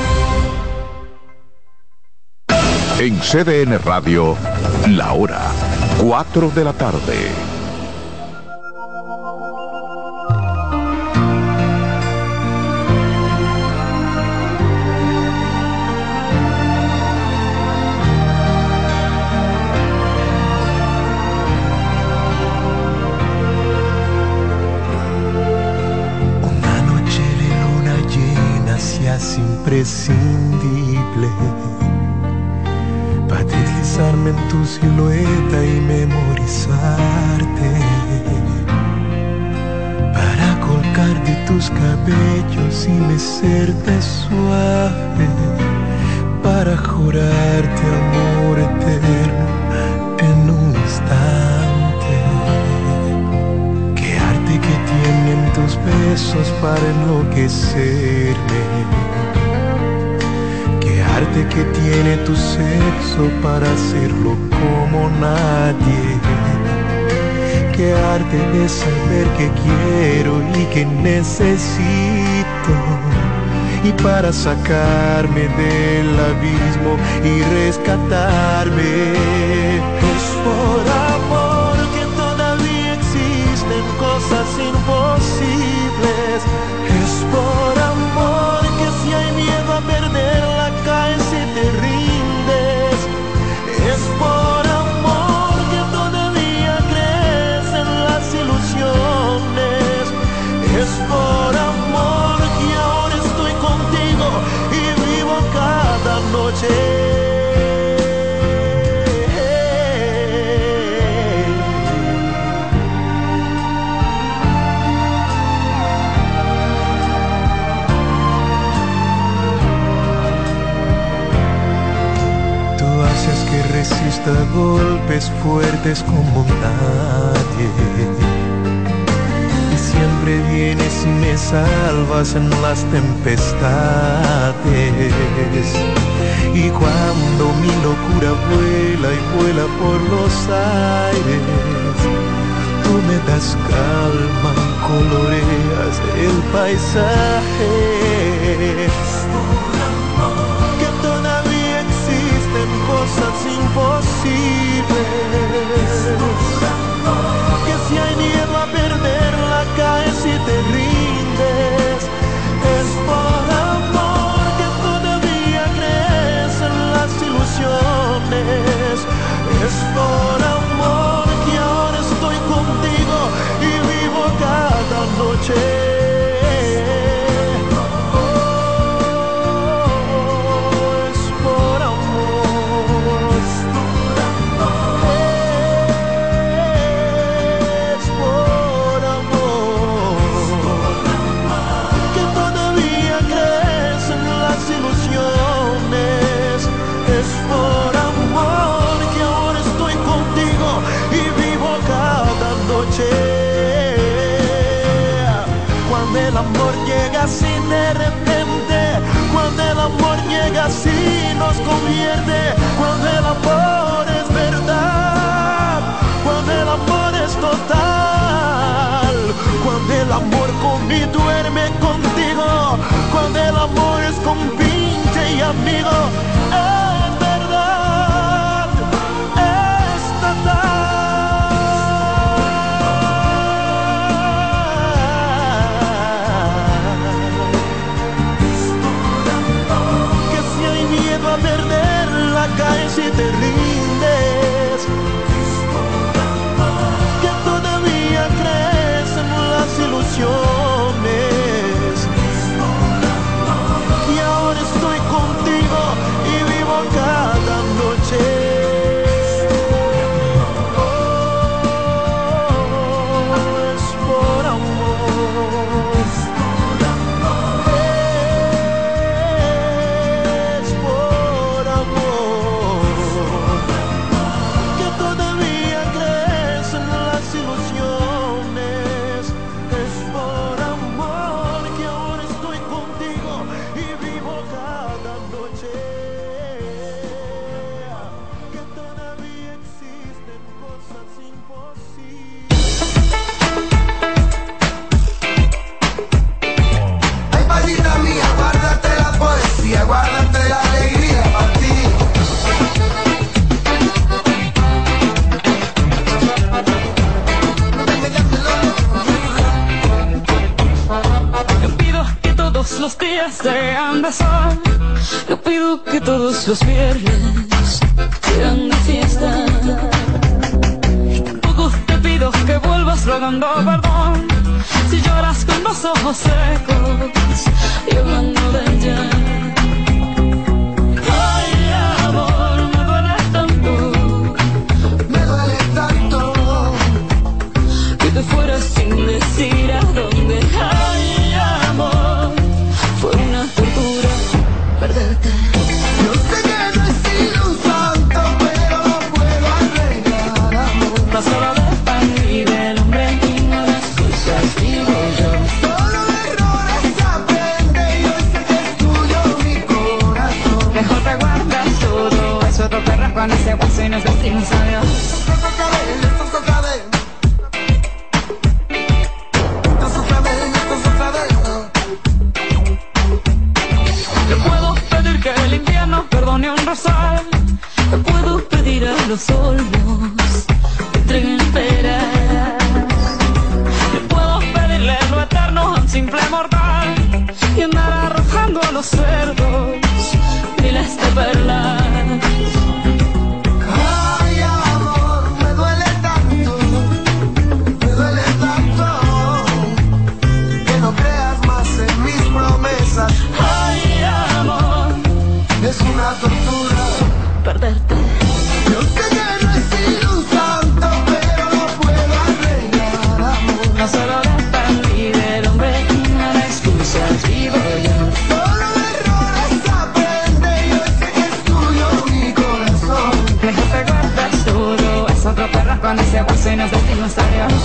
En C D N Radio, la hora, cuatro de la tarde. Imprescindível imposible, para deslizarme en tu silueta y memorizarte, para colgar de tus cabellos y mecerte suave, para jurarte amor eterno en un instante. Qué arte que tienen tus besos para enloquecerme, qué arte que tiene tu sexo para hacerlo como nadie, qué arte de saber que quiero y que necesito, y para sacarme del abismo y rescatarme. Es por amor que todavía existen cosas imposibles. Es por amor que si hay miedo a perderla caes y te rindes. Es por amor que todavía crees en las ilusiones. Es por amor que ahora estoy contigo y vivo cada noche. Resista golpes fuertes como nadie, y siempre vienes y me salvas en las tempestades. Y cuando mi locura vuela y vuela por los aires, tú me das calma y coloreas el paisaje. Cosas imposibles, que si hay miedo a perderla caes y te rindes. Es por amor que todavía crees en las ilusiones. Es por amor que ahora estoy contigo y vivo cada noche. Cuando el amor llega así de repente, cuando el amor llega así nos convierte, cuando el amor es verdad, cuando el amor es total, cuando el amor come y duerme contigo, cuando el amor es compinche y amigo, es verdad, es total. Caes y te rindes, que todavía crees en las ilusiones, y ahora estoy contigo y vivo cada noche. Los días sean de sol, yo pido que todos los viernes sean de fiesta. Tampoco te pido que vuelvas rogando perdón si lloras con los ojos secos y hablando de ella. con ese hueso y nos decimos adiós. Te puedo pedir que el invierno perdone un rosal. Te puedo pedir a los olmos que entreguen esperar. Te puedo pedirle lo eterno a un simple mortal y andar arrojando a los cerdos miles de perlas. Ay, amor, me duele tanto, me duele tanto que no creas más en mis promesas. Ay, amor, es una tortura perderte. Yo sé que no he sido un santo, pero no puedo arreglar, amor. No solo dependí del hombre y no me excusas, vivo yo. Solo de errores aprende y hoy sé que es tuyo mi corazón. Mejor te guardas todo, es otro perro con ese hueso y nos decimos adiós.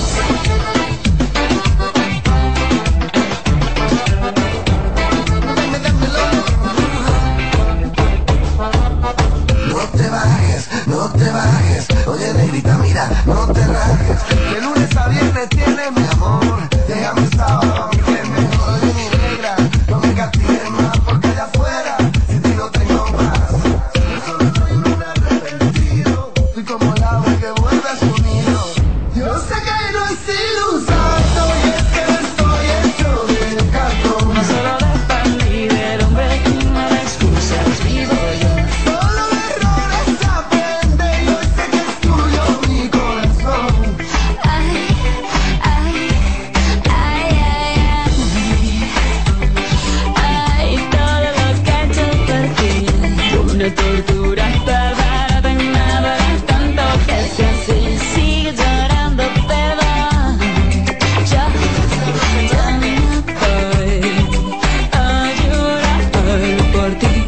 No te bajes, no te bajes. Oye, negrita, mira, no te rajes. De lunes a viernes tiene mi amor. Déjame el sábado, a mí que mejor. Oye, mi negra, no me castigues más porque allá afuera sin ti no tengo más. Yo solo soy un arrepentido. Soy como el ave que vuelve a su nido. Yo sé que no he sido un santo y es que estoy hecho de cartón. No solo dependí del hombre y no me excusas, vivo yo. Solo de errores aprende y hoy sé que es tuyo mi corazón. Ay, ay, ay, ay, ay, todo lo que he hecho por ti, una tortura bárbara, te enamoré tanto que si así sigue llorando, perdón. Yo, yo me voy a llorar por ti.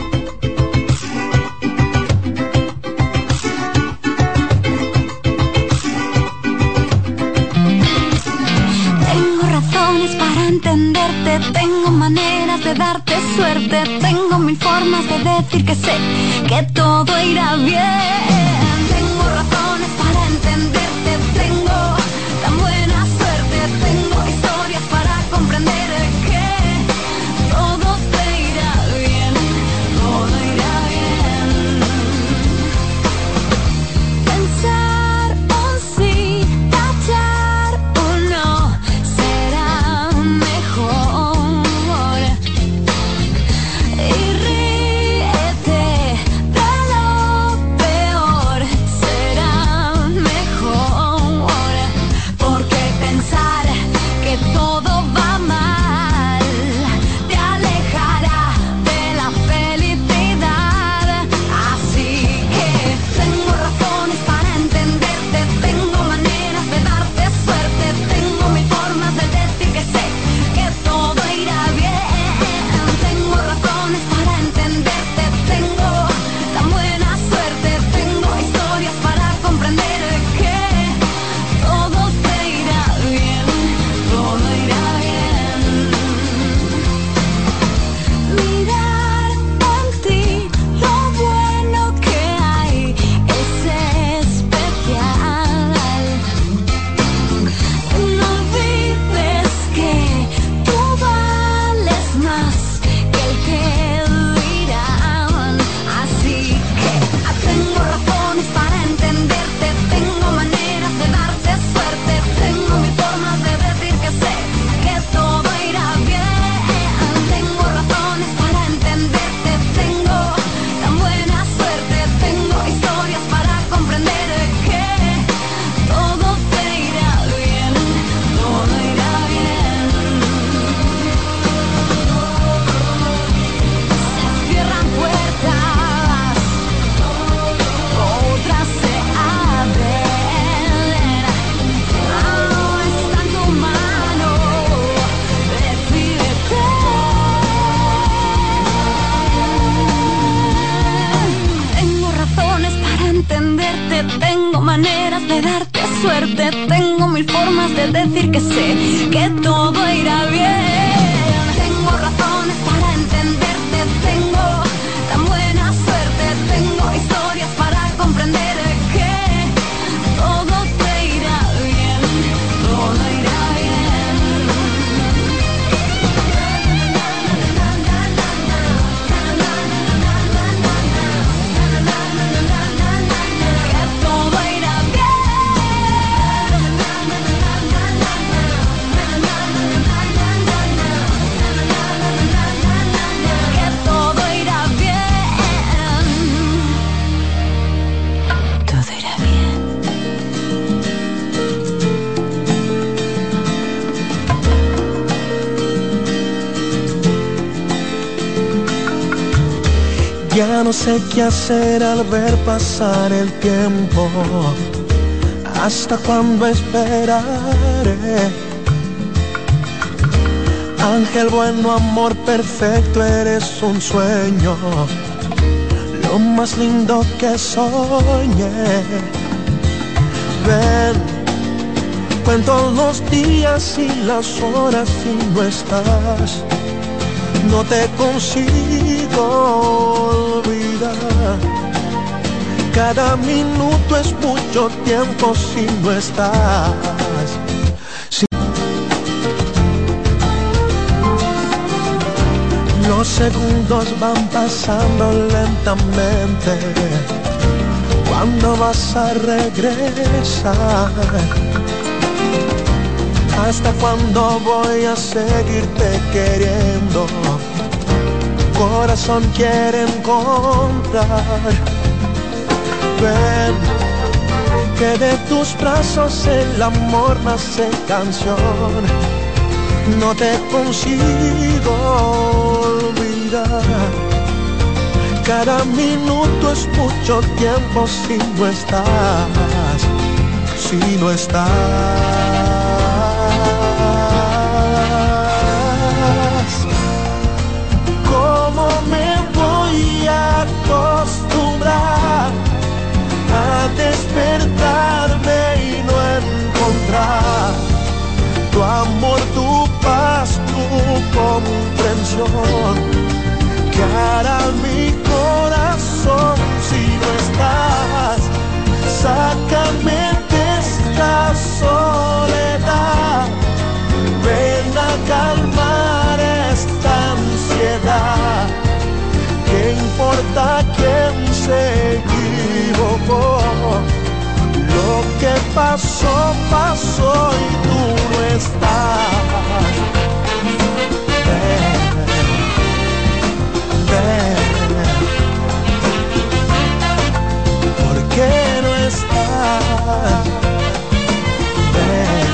Tengo razones para entenderte, tengo maneras de darte suerte, tengo mil formas de decir que sé que todo irá bien. Tengo razones para entenderte, tengo tan buena suerte, tengo historias para comprender que todo te irá bien, todo irá bien. Pensar un sí, tachar un no, será mejor. Y ríete de lo peor, será mejor. Porque pensar que todo va mal te alejará de la felicidad. Así que tengo razones para entenderte, tengo maneras de darte suerte, tengo mil formas de decir que sé que todo irá bien. Tengo razones para entenderte, tengo tan buena suerte, tengo historias para comprender que todo te irá bien, todo irá bien. Mirar en ti lo bueno que hay es especial. No olvides que tú vales más que el que dirán. Así que tengo razones para entenderte, tengo maneras de darte suerte, tengo mil formas de decir que sé que todo irá bien. Tengo razones para entenderte, tengo tan buena suerte, tengo historias para comprender que todo te irá bien, todo irá bien. Se cierran puertas, otras se abren. Ahora está en tu mano, decídete. Tengo razones para entenderte, tengo maneras de darte suerte, tengo mil formas de decir que sé que todo irá bien. Tengo razones para entenderte, tengo tan buena suerte, tengo historias para Ya no sé qué hacer al ver pasar el tiempo. ¿Hasta cuándo esperaré? Ángel bueno, amor perfecto, eres un sueño, lo más lindo que soñé. Ven, cuento los días y las horas y no estás. No te consigo olvidar. Cada minuto es mucho tiempo si no estás. Si los segundos van pasando lentamente. ¿Cuándo vas a regresar? ¿Hasta cuándo voy a seguirte queriendo? Corazón quiere encontrar. Ven, que de tus brazos el amor nace canción. No te consigo olvidar. Cada minuto es mucho tiempo si no estás, si no estás. ¿Cómo me voy a acostumbrar a despertarme y no encontrar tu amor, tu paz, tu comprensión? ¿Qué hará mi corazón si no estás? Sácame de esta soledad. Ven a calmar esta ansiedad. ¿Qué importa quién se equivocó? Lo que pasó, pasó y tú no estás. Ven, ¿por qué no estás? Ven,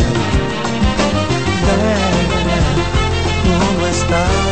ven, tú no estás.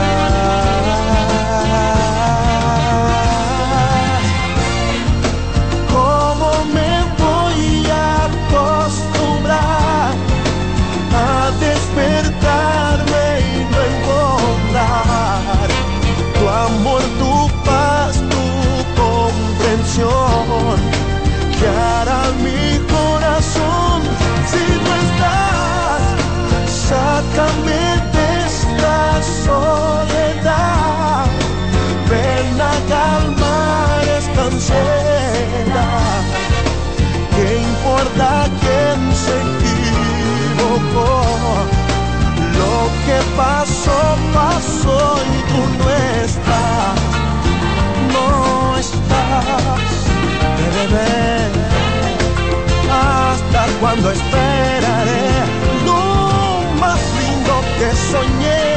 ¿Cómo me voy a acostumbrar a despertarme y no encontrar tu amor, tu paz, tu comprensión? ¿Qué hará mi corazón si no estás? Sácame de esta soledad. Ven a calmar esta ansiedad. ¿Qué importa quién se equivocó? Lo que pasó, pasó y tú no estás, no estás, bebé. ¿Hasta cuándo esperaré lo más lindo que soñé?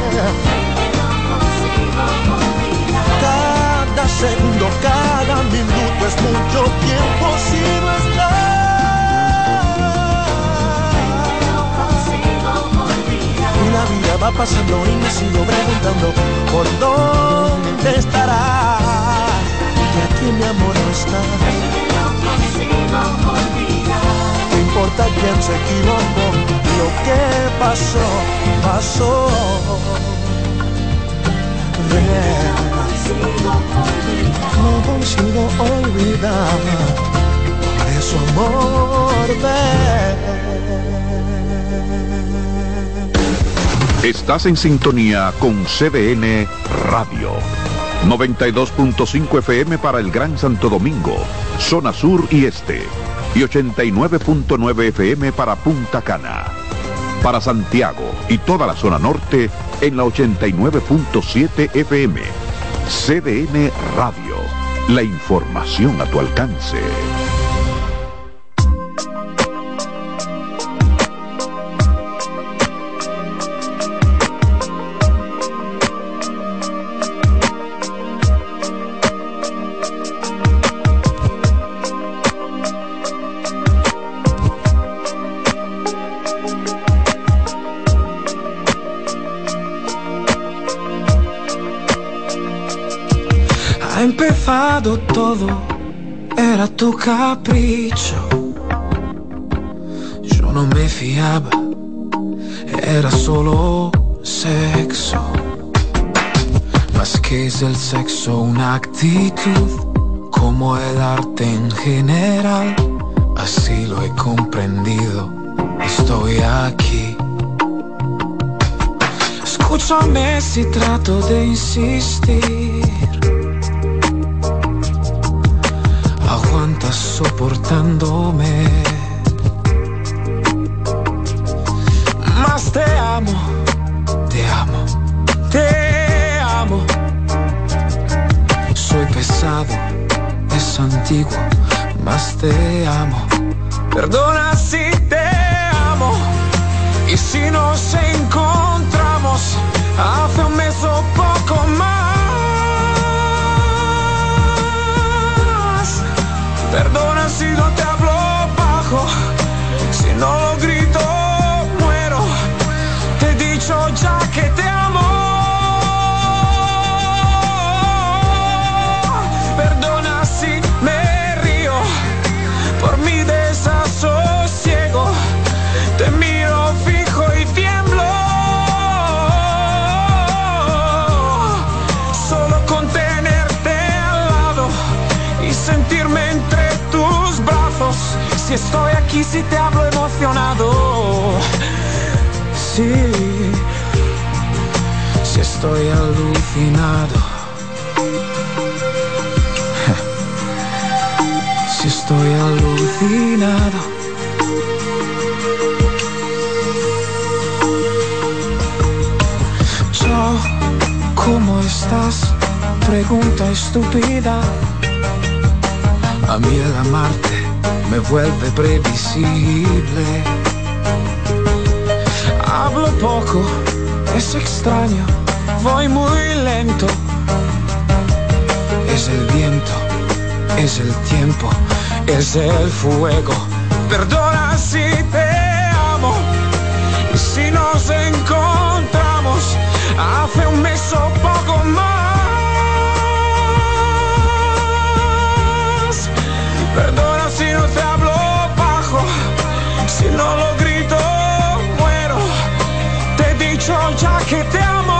Cada segundo, cada minuto es mucho tiempo si no estás. La vida va pasando y me sigo preguntando por dónde estarás. Y aquí mi amor no está. ¿Qué importa quién se equivocó? Lo que pasó, pasó. Ven, no consigo olvidar. Por eso amor, ven. Estás en sintonía con C D N Radio. noventa y dos punto cinco F M para el Gran Santo Domingo, zona sur y este. Y ochenta y nueve punto nueve F M para Punta Cana. Para Santiago y toda la zona norte en la ochenta y nueve punto siete F M. C D N Radio. La información a tu alcance. empezado todo era tu capricho. Yo no me fiaba, era solo sexo. Más que es el sexo, una actitud, como el arte en general. Así lo he comprendido, estoy aquí. Escúchame si trato de insistir. Aguantas soportándome. Más te amo, te amo, te amo. Soy pesado, es antiguo, más te amo. Perdona si te amo. Y si nos encontramos hace un mes o poco más. Perdona si no te hablo bajo, si no lo grito muero. Te he dicho ya que te amo. Perdona si me río por mi desasosiego. Te miro fijo y tiemblo. Solo con tenerte al lado y sentirme entre tus brazos. Si estoy aquí, si te hablo emocionado. Sí, si estoy alucinado. Si estoy alucinado. Yo, ¿cómo estás? Pregunta estúpida. A mí el amarte me vuelve previsible. Hablo poco, es extraño, voy muy lento. Es el viento, es el tiempo, es el fuego. Perdona si te amo. Y si nos encontramos hace un mes o poco más. Perdona si no te hablo bajo, si no lo grito muero. Te he dicho ya que te amo.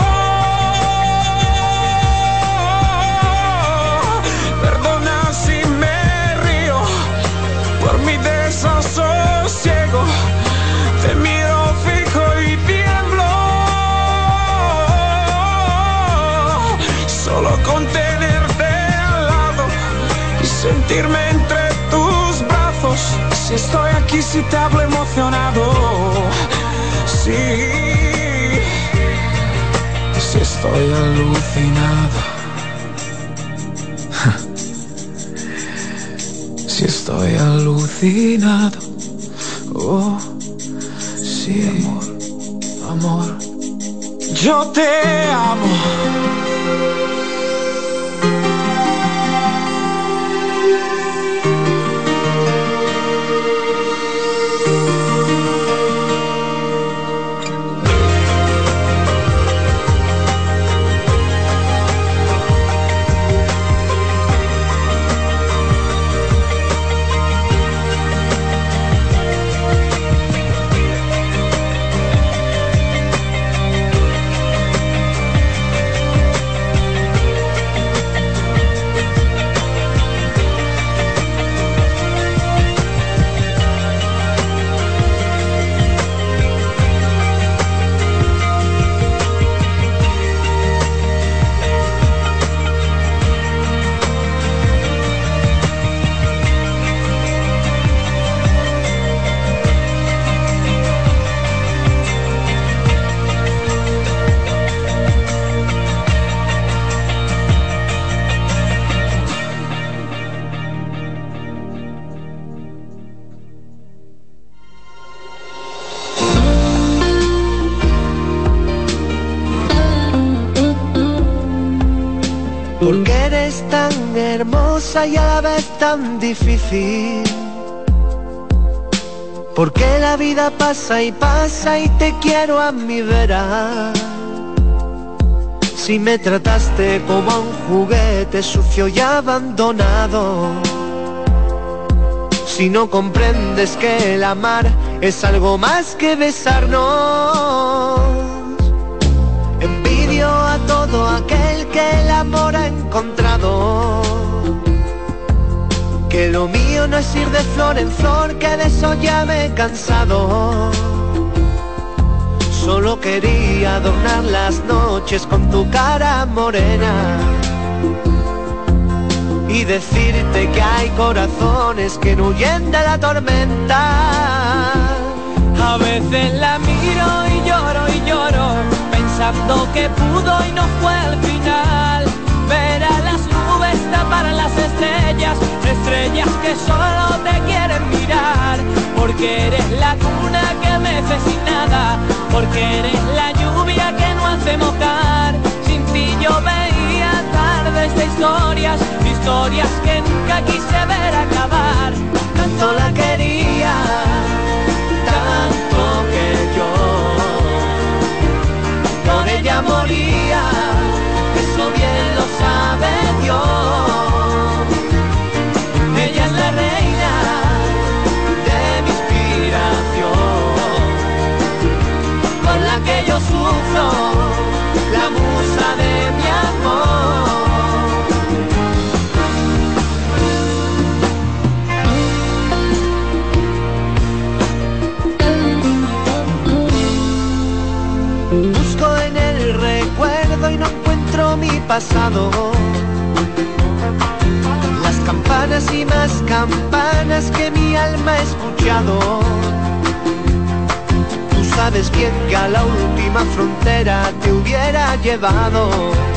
Perdona si me río por mi desasosiego. Te miro fijo y tiemblo. Solo con tenerte al lado y sentirme entre tus brazos. Si estoy aquí, si te hablo emocionado. Sí, si estoy alucinado. Si estoy alucinado. Oh, sí, amor, amor. Yo te amo. Porque eres tan hermosa y a la vez tan difícil. Porque la vida pasa y pasa y te quiero a mi vera. Si me trataste como a un juguete sucio y abandonado, si no comprendes que el amar es algo más que besarnos, envidio a todo aquel que el amor ha encontrado, que lo mío no es ir de flor en flor, que de eso ya me he cansado. Solo quería adornar las noches con tu cara morena y decirte que hay corazones que no huyen de la tormenta. A veces la miro y lloro y lloro, pensando que pudo y no fue al final. Ver a las nubes tapar a las estrellas, estrellas que solo te quieren mirar. Porque eres la cuna que mece sin nada, porque eres la lluvia que no hace mojar. Sin ti yo veía tardes de historias, historias que nunca quise ver acabar. Tanto la quería, tanto que yo por ella moría, eso bien lo sabe Dios. Ella es la reina de mi inspiración, con la que yo sufro, la musa de mi amor. Busco en el recuerdo y no encuentro mi pasado, las campanas y más campanas que mi alma ha escuchado. Tú sabes bien que a la última frontera te hubiera llevado,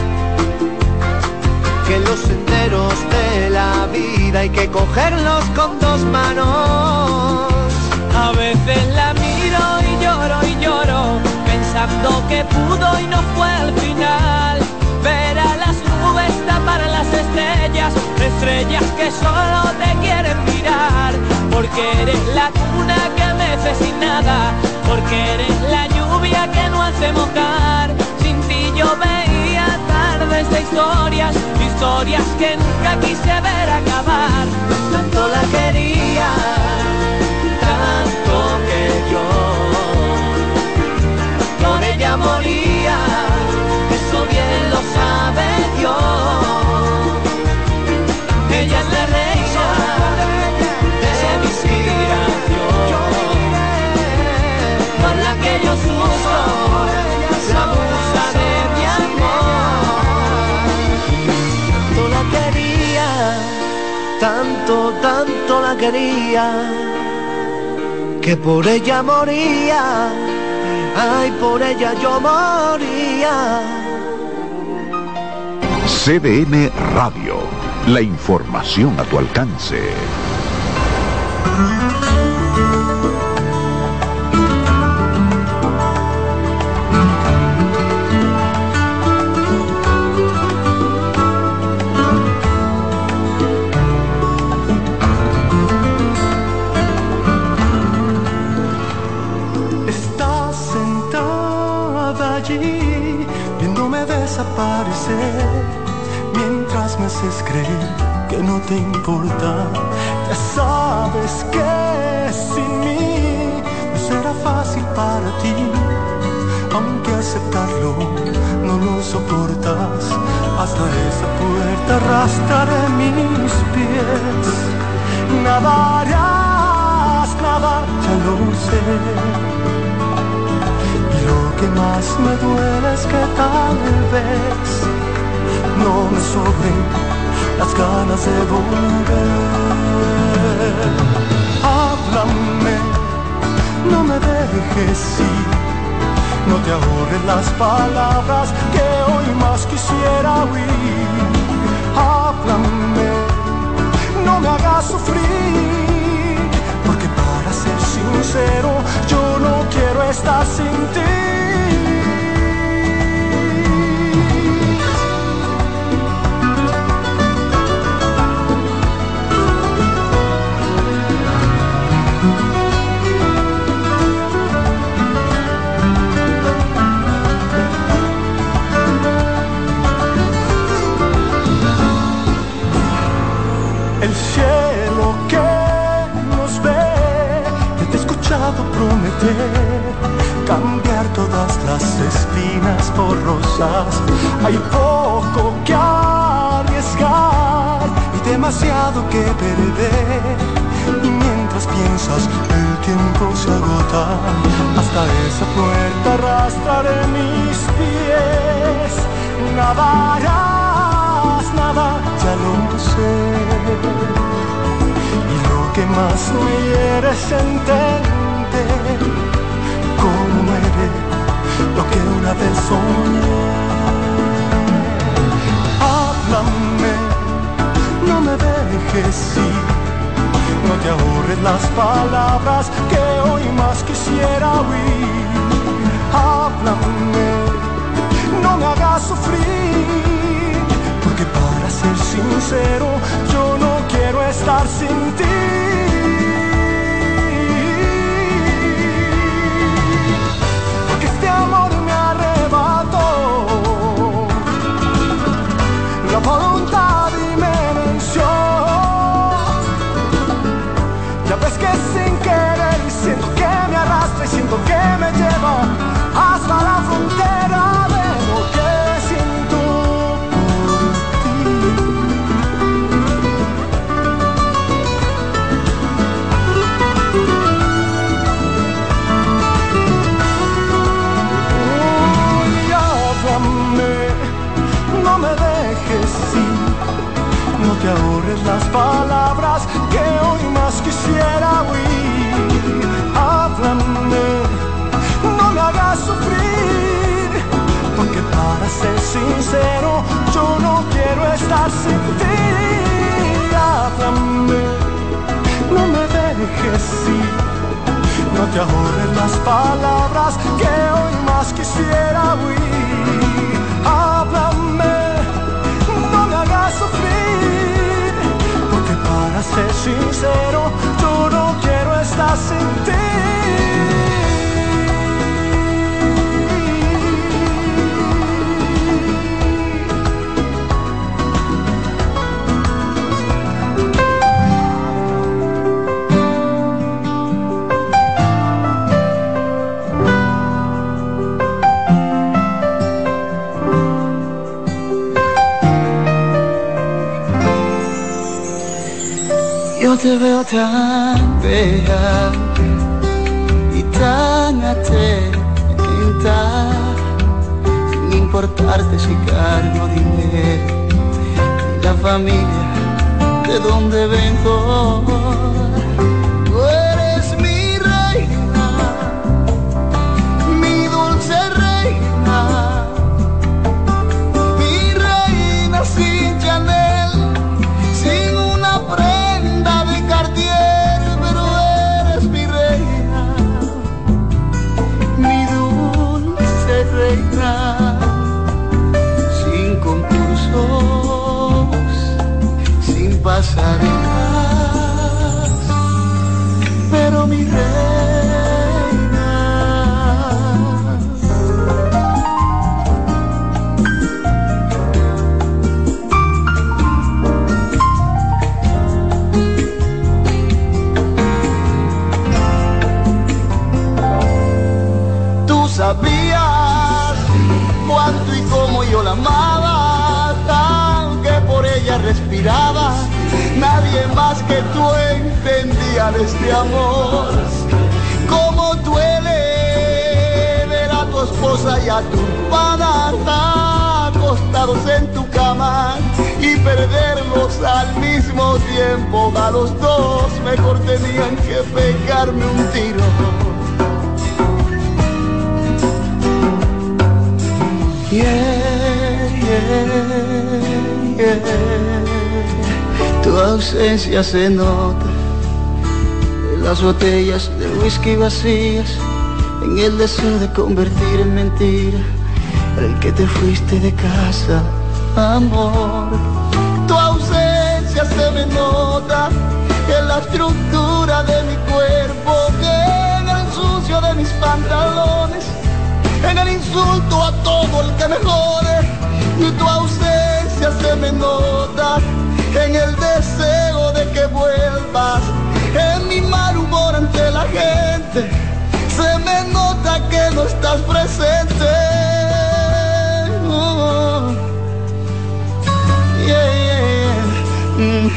que los senderos de la vida hay que cogerlos con dos manos. A veces la miro y lloro y lloro, pensando que pudo y no fue al final. Ver a las nubes tapar a las estrellas, estrellas que solo te quieren mirar. Porque eres la cuna que mece sin nada, porque eres la lluvia que no hace mojar. Sin ti yo veía tardes de historias, historias que nunca quise ver acabar. Tanto la quería, tanto que yo por ella moría, eso bien lo sabe Dios. Ella es la reina de mi inspiración, por la que yo sufro, la musa de mi amor. Tanto la quería, tanto, tanto la quería, que por ella moría. Ay, por ella yo moría. C D N Radio, la información a tu alcance. Mientras me haces creer que no te importa, ya sabes que sin mí no será fácil para ti, aunque aceptarlo no lo soportas. Hasta esa puerta arrastraré mis pies, nada harás, nada, ya lo sé. Lo que más me duele es que tal vez no me sobren las ganas de volver. Háblame, no me dejes ir, no te ahorres las palabras que hoy más quisiera oír. Háblame, no me hagas sufrir, porque para ser sincero yo no quiero estar sin ti. puedo prometer cambiar todas las espinas por rosas. Hay poco que arriesgar y demasiado que perder. Y mientras piensas, el tiempo se agota. Hasta esa puerta arrastraré mis pies. Nada harás, nada, ya lo sé. Y lo que más me hiere es entender cómo muere lo que una vez soñé. Háblame, no me dejes ir, no te ahorres las palabras que hoy más quisiera oír. Háblame, no me hagas sufrir, porque para ser sincero yo no quiero estar sin ti. Porque este amor me arrebató la voluntad y me venció. Ya ves que sin querer siento que me arrastra y siento que me lleva hasta la frontera de lo que siento por ti. Uy, háblame, no me dejes ir, no te ahorres las palabras que hoy más quisiera oír. Háblame, no me hagas sufrir, porque para ser sincero yo no quiero estar sin ti. Háblame, no me dejes ir, no te ahorres las palabras que hoy más quisiera oír. Háblame, no me hagas sufrir, porque para ser sincero yo no quiero estar sin ti. Yo te veo tan bella y tan atenta, sin importarte si cargo dinero, ni la familia de donde vengo. Tú eres mi reina, mi dulce reina, mi reina sin Chanel, sin una prenda de Cartier, pero eres mi reina, mi dulce reina, sin concursos, sin pasarelas, pero mi reina. Sabías cuánto y cómo yo la amaba, tan que por ella respiraba. Nadie más que tú entendía de este amor. Cómo duele ver a tu esposa y a tu hermana acostados en tu cama y perderlos al mismo tiempo. A los dos mejor tenían que pegarme un tiro. Yeah, yeah, yeah. Tu ausencia se nota en las botellas de whisky vacías, en el deseo de convertir en mentira el que te fuiste de casa, amor. Tu ausencia se me nota en la estructura de mi cuerpo, en el sucio de mis pantalones, en el insulto a todo el que me jode. Y tu ausencia se me nota en el deseo de que vuelvas, en mi mal humor ante la gente, se me nota que no estás presente. Oh, yeah, yeah, yeah. Mm,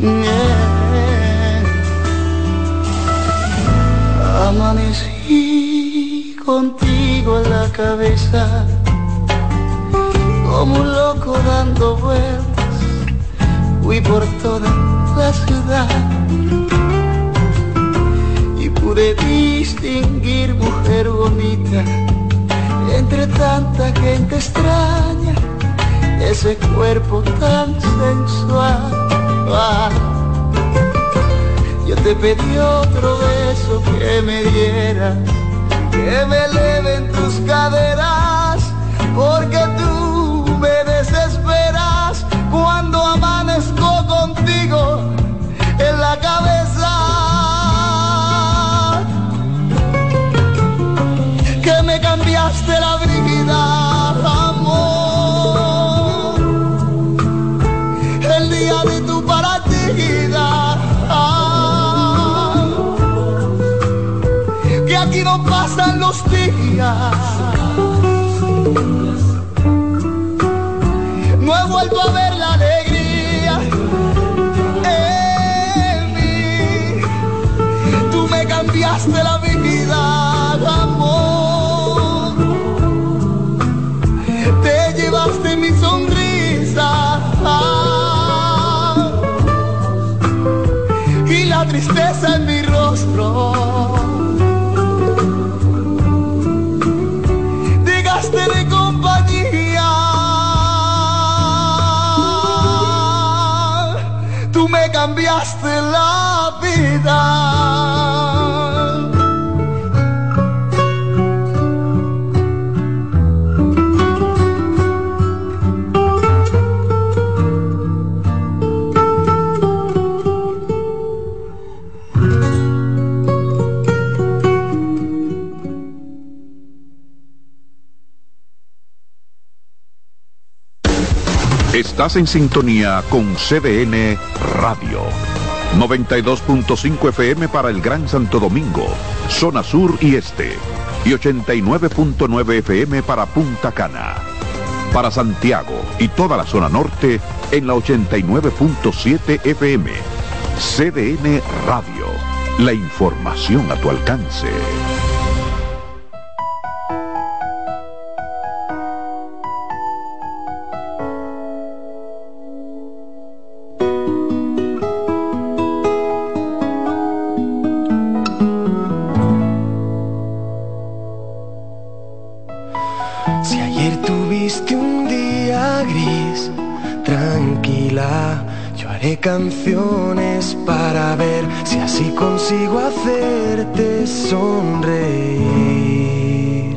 yeah. Amanecí contigo en la cabeza, como un loco dando vueltas, fui por toda la ciudad y pude distinguir mujer bonita entre tanta gente extraña, ese cuerpo tan sensual. Ah, yo te pedí otro beso que me dieras, que me eleven tus caderas, porque tú me desesperas cuando amanezco contigo en la cabeza. Que me cambiaste la vida, amor, el día de tu partida. Ah, que aquí no pasan los días. No he vuelto a ver la alegría en mí. Tú me cambiaste la vida, amor. Te llevaste mi sonrisa y la tristeza en mi rostro. Dejaste de compañía. Tú me cambiaste la vida. Estás en sintonía con C D N Radio. noventa y dos punto cinco F M para el Gran Santo Domingo, zona sur y este. Y ochenta y nueve punto nueve F M para Punta Cana. Para Santiago y toda la zona norte en la ochenta y nueve punto siete F M. C D N Radio. La información a tu alcance. Canciones para ver si así consigo hacerte sonreír.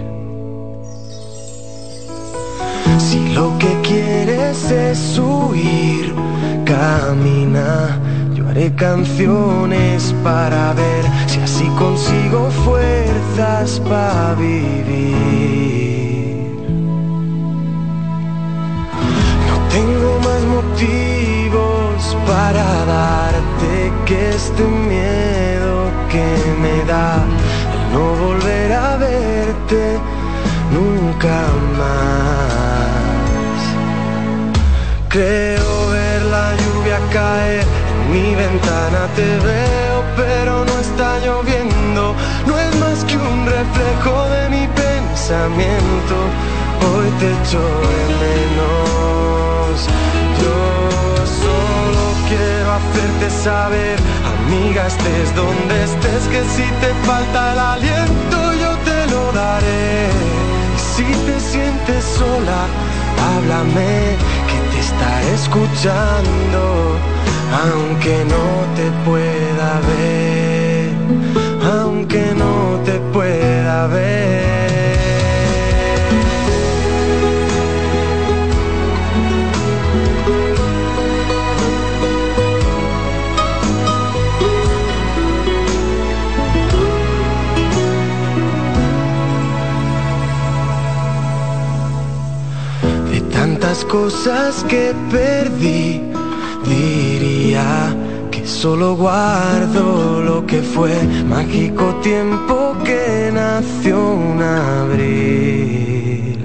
Si lo que quieres es huir, camina. Yo haré canciones para ver si así consigo fuerzas para vivir. No tengo más motivos para darte que este miedo que me da el no volver a verte nunca más. Creo ver la lluvia caer en mi ventana, te veo pero no está lloviendo, no es más que un reflejo de mi pensamiento. Hoy te echo de menos. Yo solo quiero hacerte saber, amiga, estés donde estés, que si te falta el aliento yo te lo daré. Y si te sientes sola, háblame, que te estaré escuchando, aunque no te pueda ver, aunque no te pueda ver. Tantas cosas que perdí, diría que Solo guardo lo que fue, mágico tiempo que nació un abril.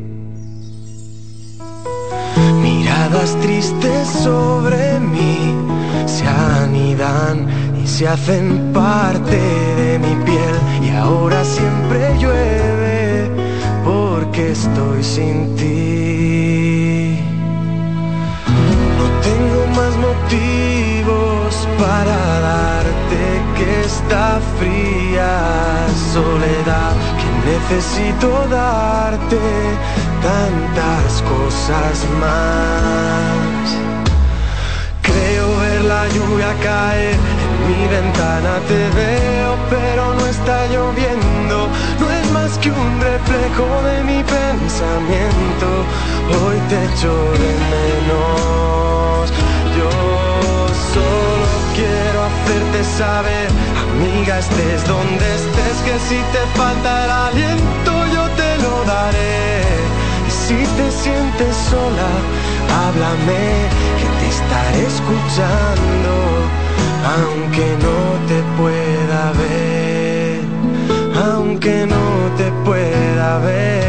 Miradas tristes sobre mí se anidan y se hacen parte de mi piel. Y ahora siempre llueve porque estoy sin ti. No tengo más motivos para darte que esta fría soledad, que necesito darte tantas cosas más. Creo ver la lluvia caer en mi ventana, te veo pero no está lloviendo, no es más que un reflejo de mi pensamiento. Hoy te echo de menos, yo solo quiero hacerte saber, amiga, estés donde estés, que si te falta el aliento yo te lo daré. Y si te sientes sola, háblame, que te estaré escuchando, aunque no te pueda ver, aunque no te pueda ver.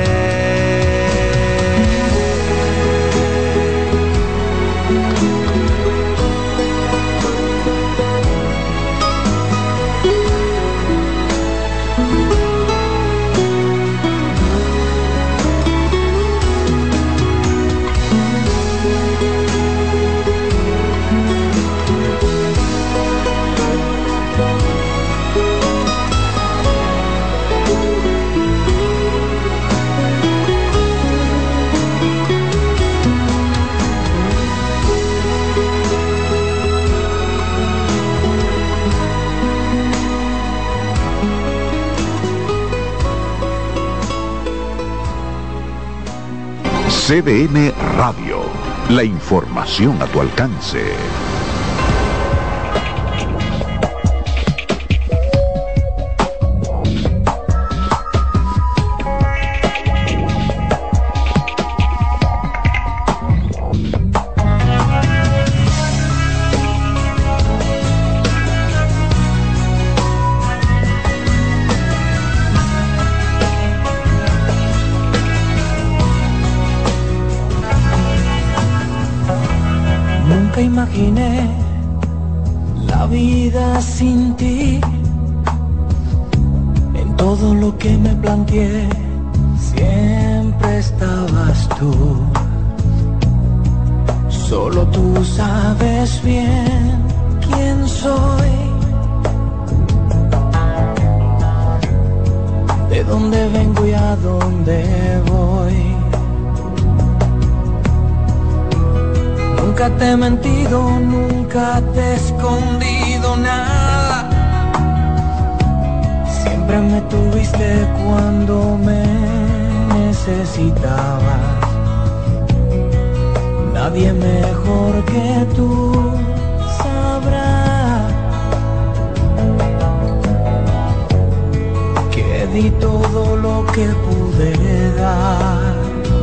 C D N Radio, la información a tu alcance. Nunca imaginé la vida sin ti. En todo lo que me planteé siempre estabas tú. Solo tú sabes bien quién soy, de dónde vengo y a dónde voy. Nunca te he mentido, nunca te he escondido nada. Siempre me tuviste cuando me necesitabas. Nadie mejor que tú sabrá que di todo lo que pude dar.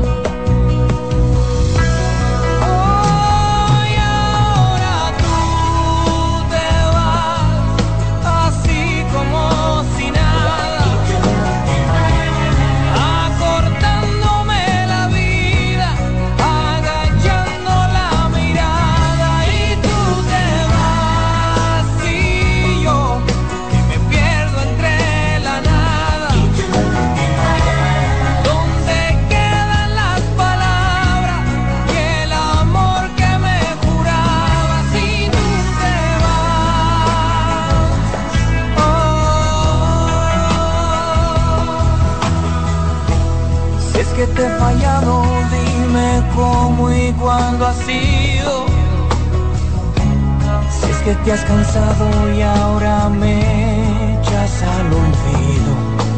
Que te he fallado, dime cómo y cuándo ha sido. Si es que te has cansado y ahora me echas al olvido.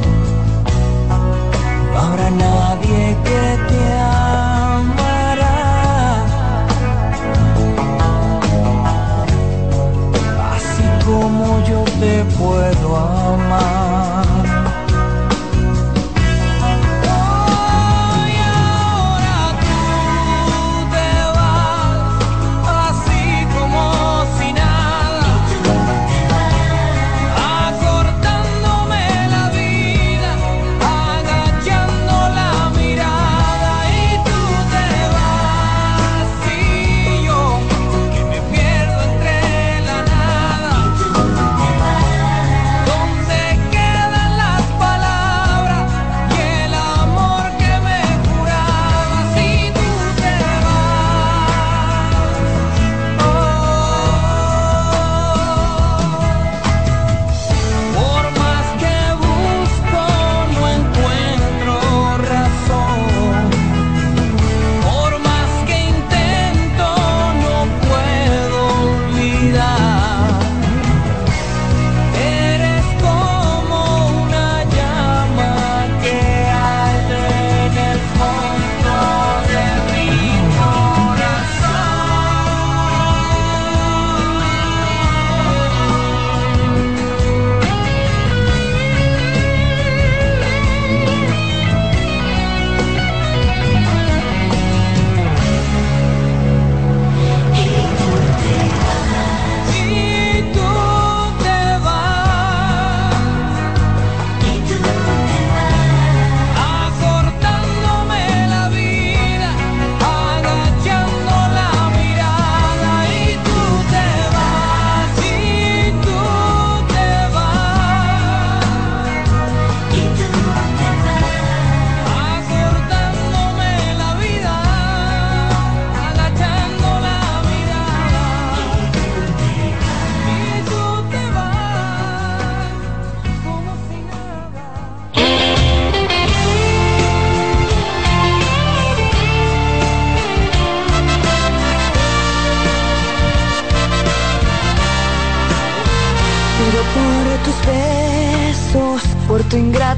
No habrá nadie que te amará así como yo te puedo amar.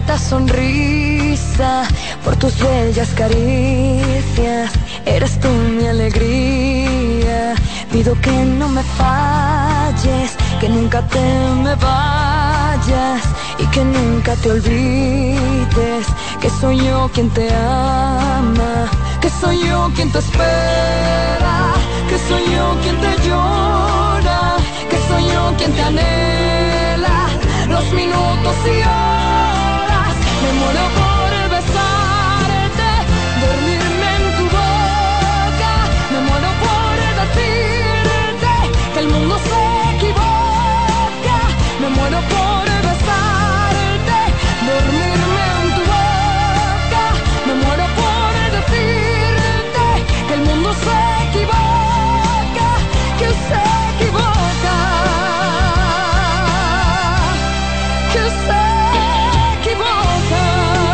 grata sonrisa, por tus bellas caricias. Eres tú mi alegría. Pido que no me falles, que nunca te me vayas y que nunca te olvides que soy yo quien te ama, que soy yo quien te espera, que soy yo quien te llora, que soy yo quien te anhela los minutos y horas. Me muero por besarte, dormirme en tu boca. Me muero por decirte que el mundo se equivoca. Me muero por besarte, dormirme en tu boca. Me muero por decirte que el mundo se equivoca, que se equivoca, que se equivoca.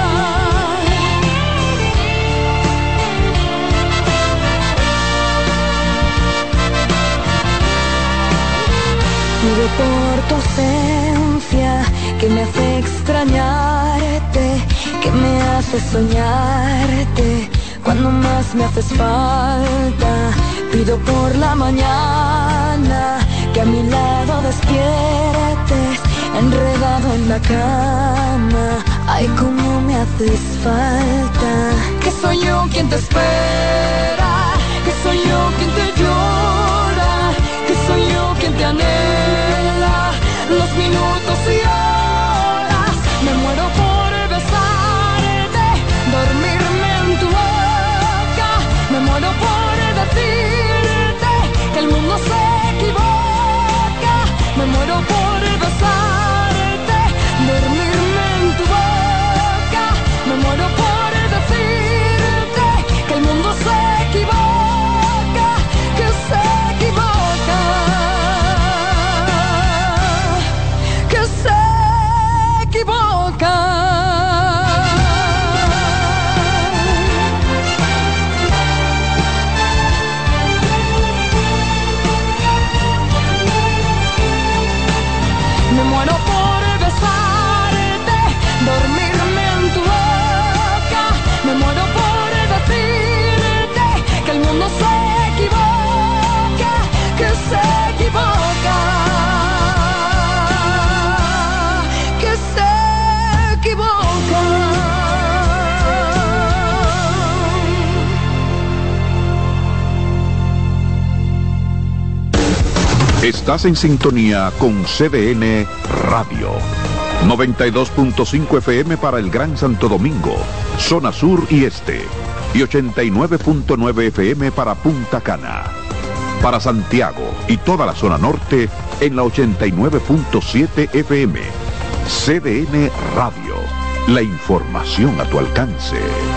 Pido por tu ausencia, que me hace extrañarte, que me hace soñarte cuando más me haces falta. Pido por la mañana, que a mi lado despiertes, enredado en la cama. Ay, cómo me haces falta. Que soy yo quien te espera, que soy yo quien te llora, que soy yo quien te anhela los minutos y horas. Me muero por besarte, dormirme en tu boca. Me muero por decirte que el mundo se equivoca. Me muero por besarte, dormirme en tu boca. Me muero por decirte que el mundo se equivoca, que se equivoca, que se equivoca. Me muero por besarte, dormirme en tu boca. Me muero por decirte que el mundo se equivoca, que se equivoca, que se equivoca. Estás en sintonía con C D N Radio. noventa y dos punto cinco F M para el Gran Santo Domingo, zona sur y este. Y ochenta y nueve punto nueve F M para Punta Cana. Para Santiago y toda la zona norte en la ochenta y nueve punto siete F M. C D N Radio. La información a tu alcance.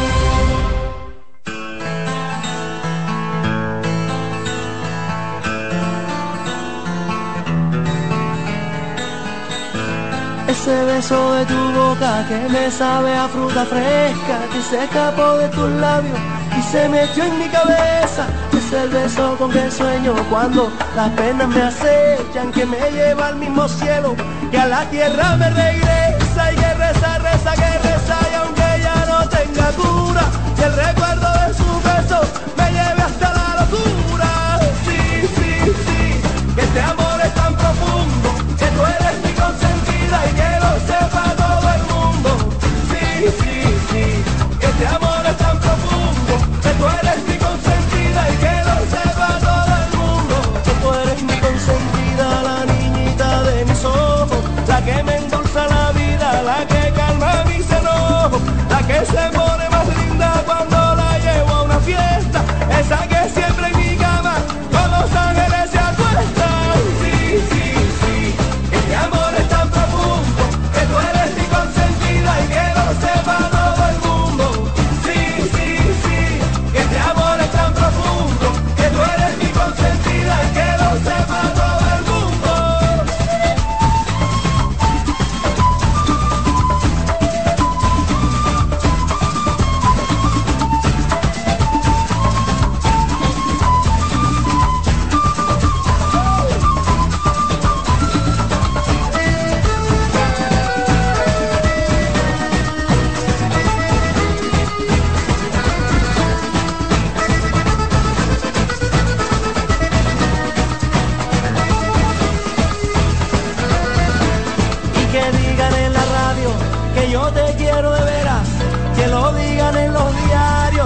Ese beso de tu boca que me sabe a fruta fresca, que se escapó de tus labios y se metió en mi cabeza. Es el beso con que sueño cuando las penas me acechan, que me lleva al mismo cielo, que a la tierra me regresa. Y que reza, reza, que reza, y aunque ya no tenga cura, y el recuerdo de su beso me lleve hasta la locura. Sí, sí, sí, que este amor es tan profundo, que tú eres mi consentida y que lo sepa todo el mundo. Sí, sí, sí, que este amor es tan profundo, que tú eres mi consentida y que lo sepa todo el mundo. Que tú eres mi consentida, la niñita de mis ojos, la que me endulza la vida, la que calma mi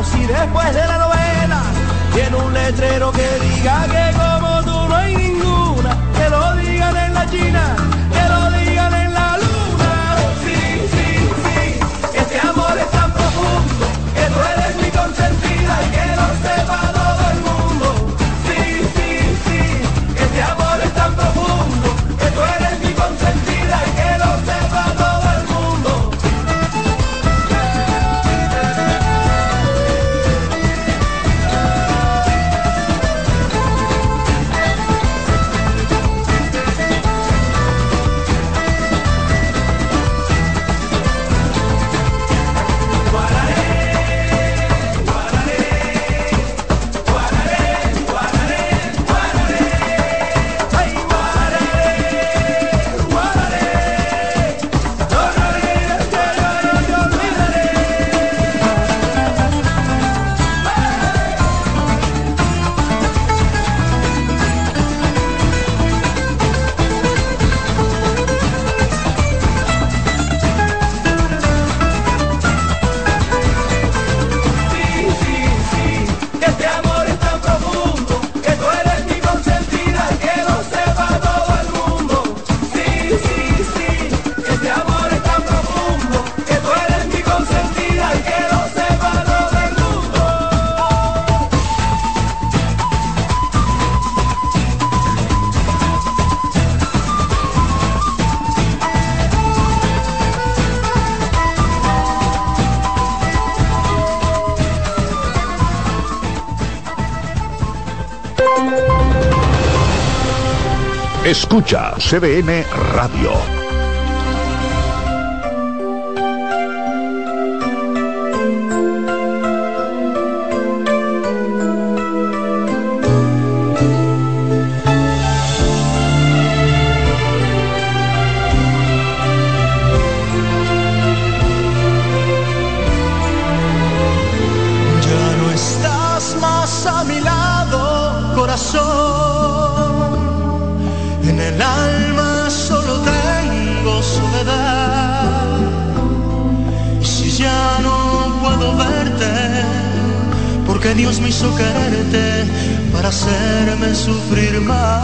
si después de la novela tiene un letrero que diga que como tú no hay ninguna? Que lo digan en la China, que lo digan en la luna. Sí, sí, sí, este amor es tan profundo, que tú eres mi consentida y que lo sepa todo el mundo. Sí, sí, sí, este amor es tan profundo, que tú eres mi consentida y que lo sepa todo el mundo. Escucha C D N Radio. Ya no estás más a mi lado, corazón. En el alma solo tengo soledad. Y si ya no puedo verte, porque Dios me hizo quererte para hacerme sufrir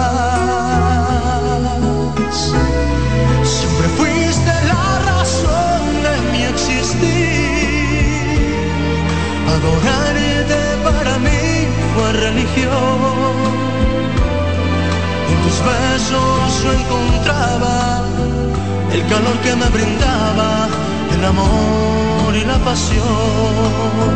más. Siempre fuiste la razón de mi existir. Adorarte para mí fue religión. En tus besos yo encontraba el calor que me brindaba el amor y la pasión.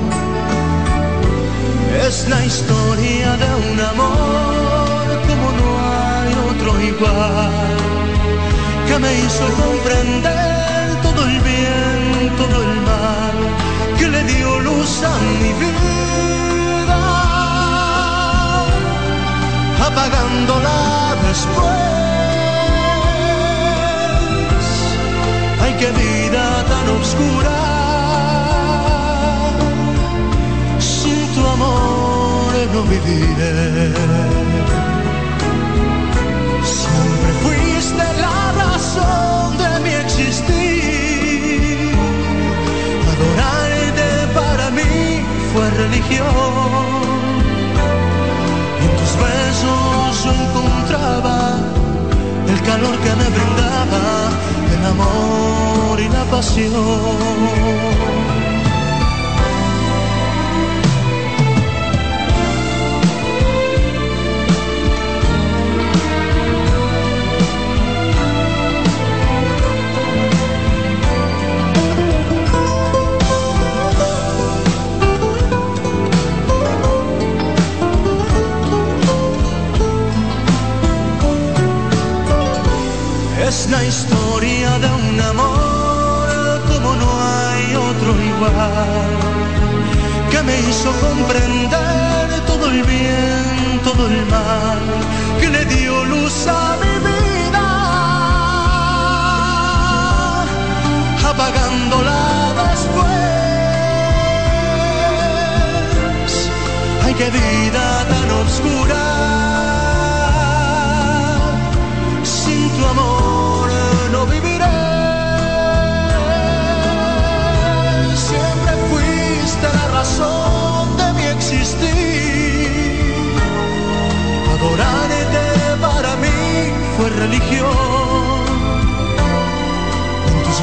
Es la historia de un amor como no hay otro igual, que me hizo comprender todo el bien, todo el mal, que le dio luz a mi vida, apagándola después. Ay, qué vida tan oscura, sin tu amor no viviré. Siempre fuiste la razón de mi existir. Adorarte para mí fue religión. En tus besos yo encontraba el calor que me brindaba el amor y la pasión. Es la historia de un amor como no hay otro igual, que me hizo comprender todo el bien, todo el mal, que le dio luz a mi vida, apagándola después. Ay, qué vida tan oscura, sin tu amor no viviré. Siempre fuiste la razón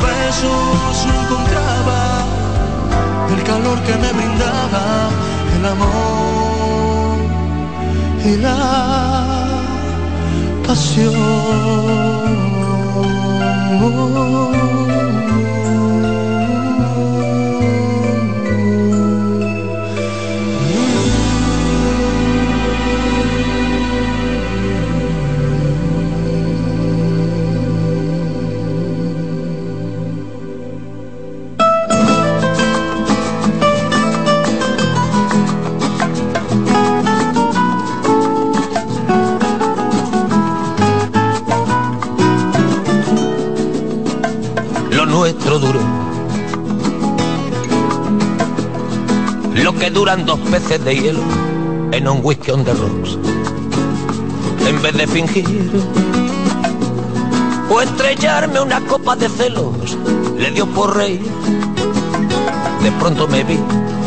besos no encontraba el calor que me brindaba el amor y la pasión. Nuestro duro, lo que duran dos peces de hielo en un whisky on the rocks. En vez de fingir o estrellarme una copa de celos, le dio por reír. De pronto me vi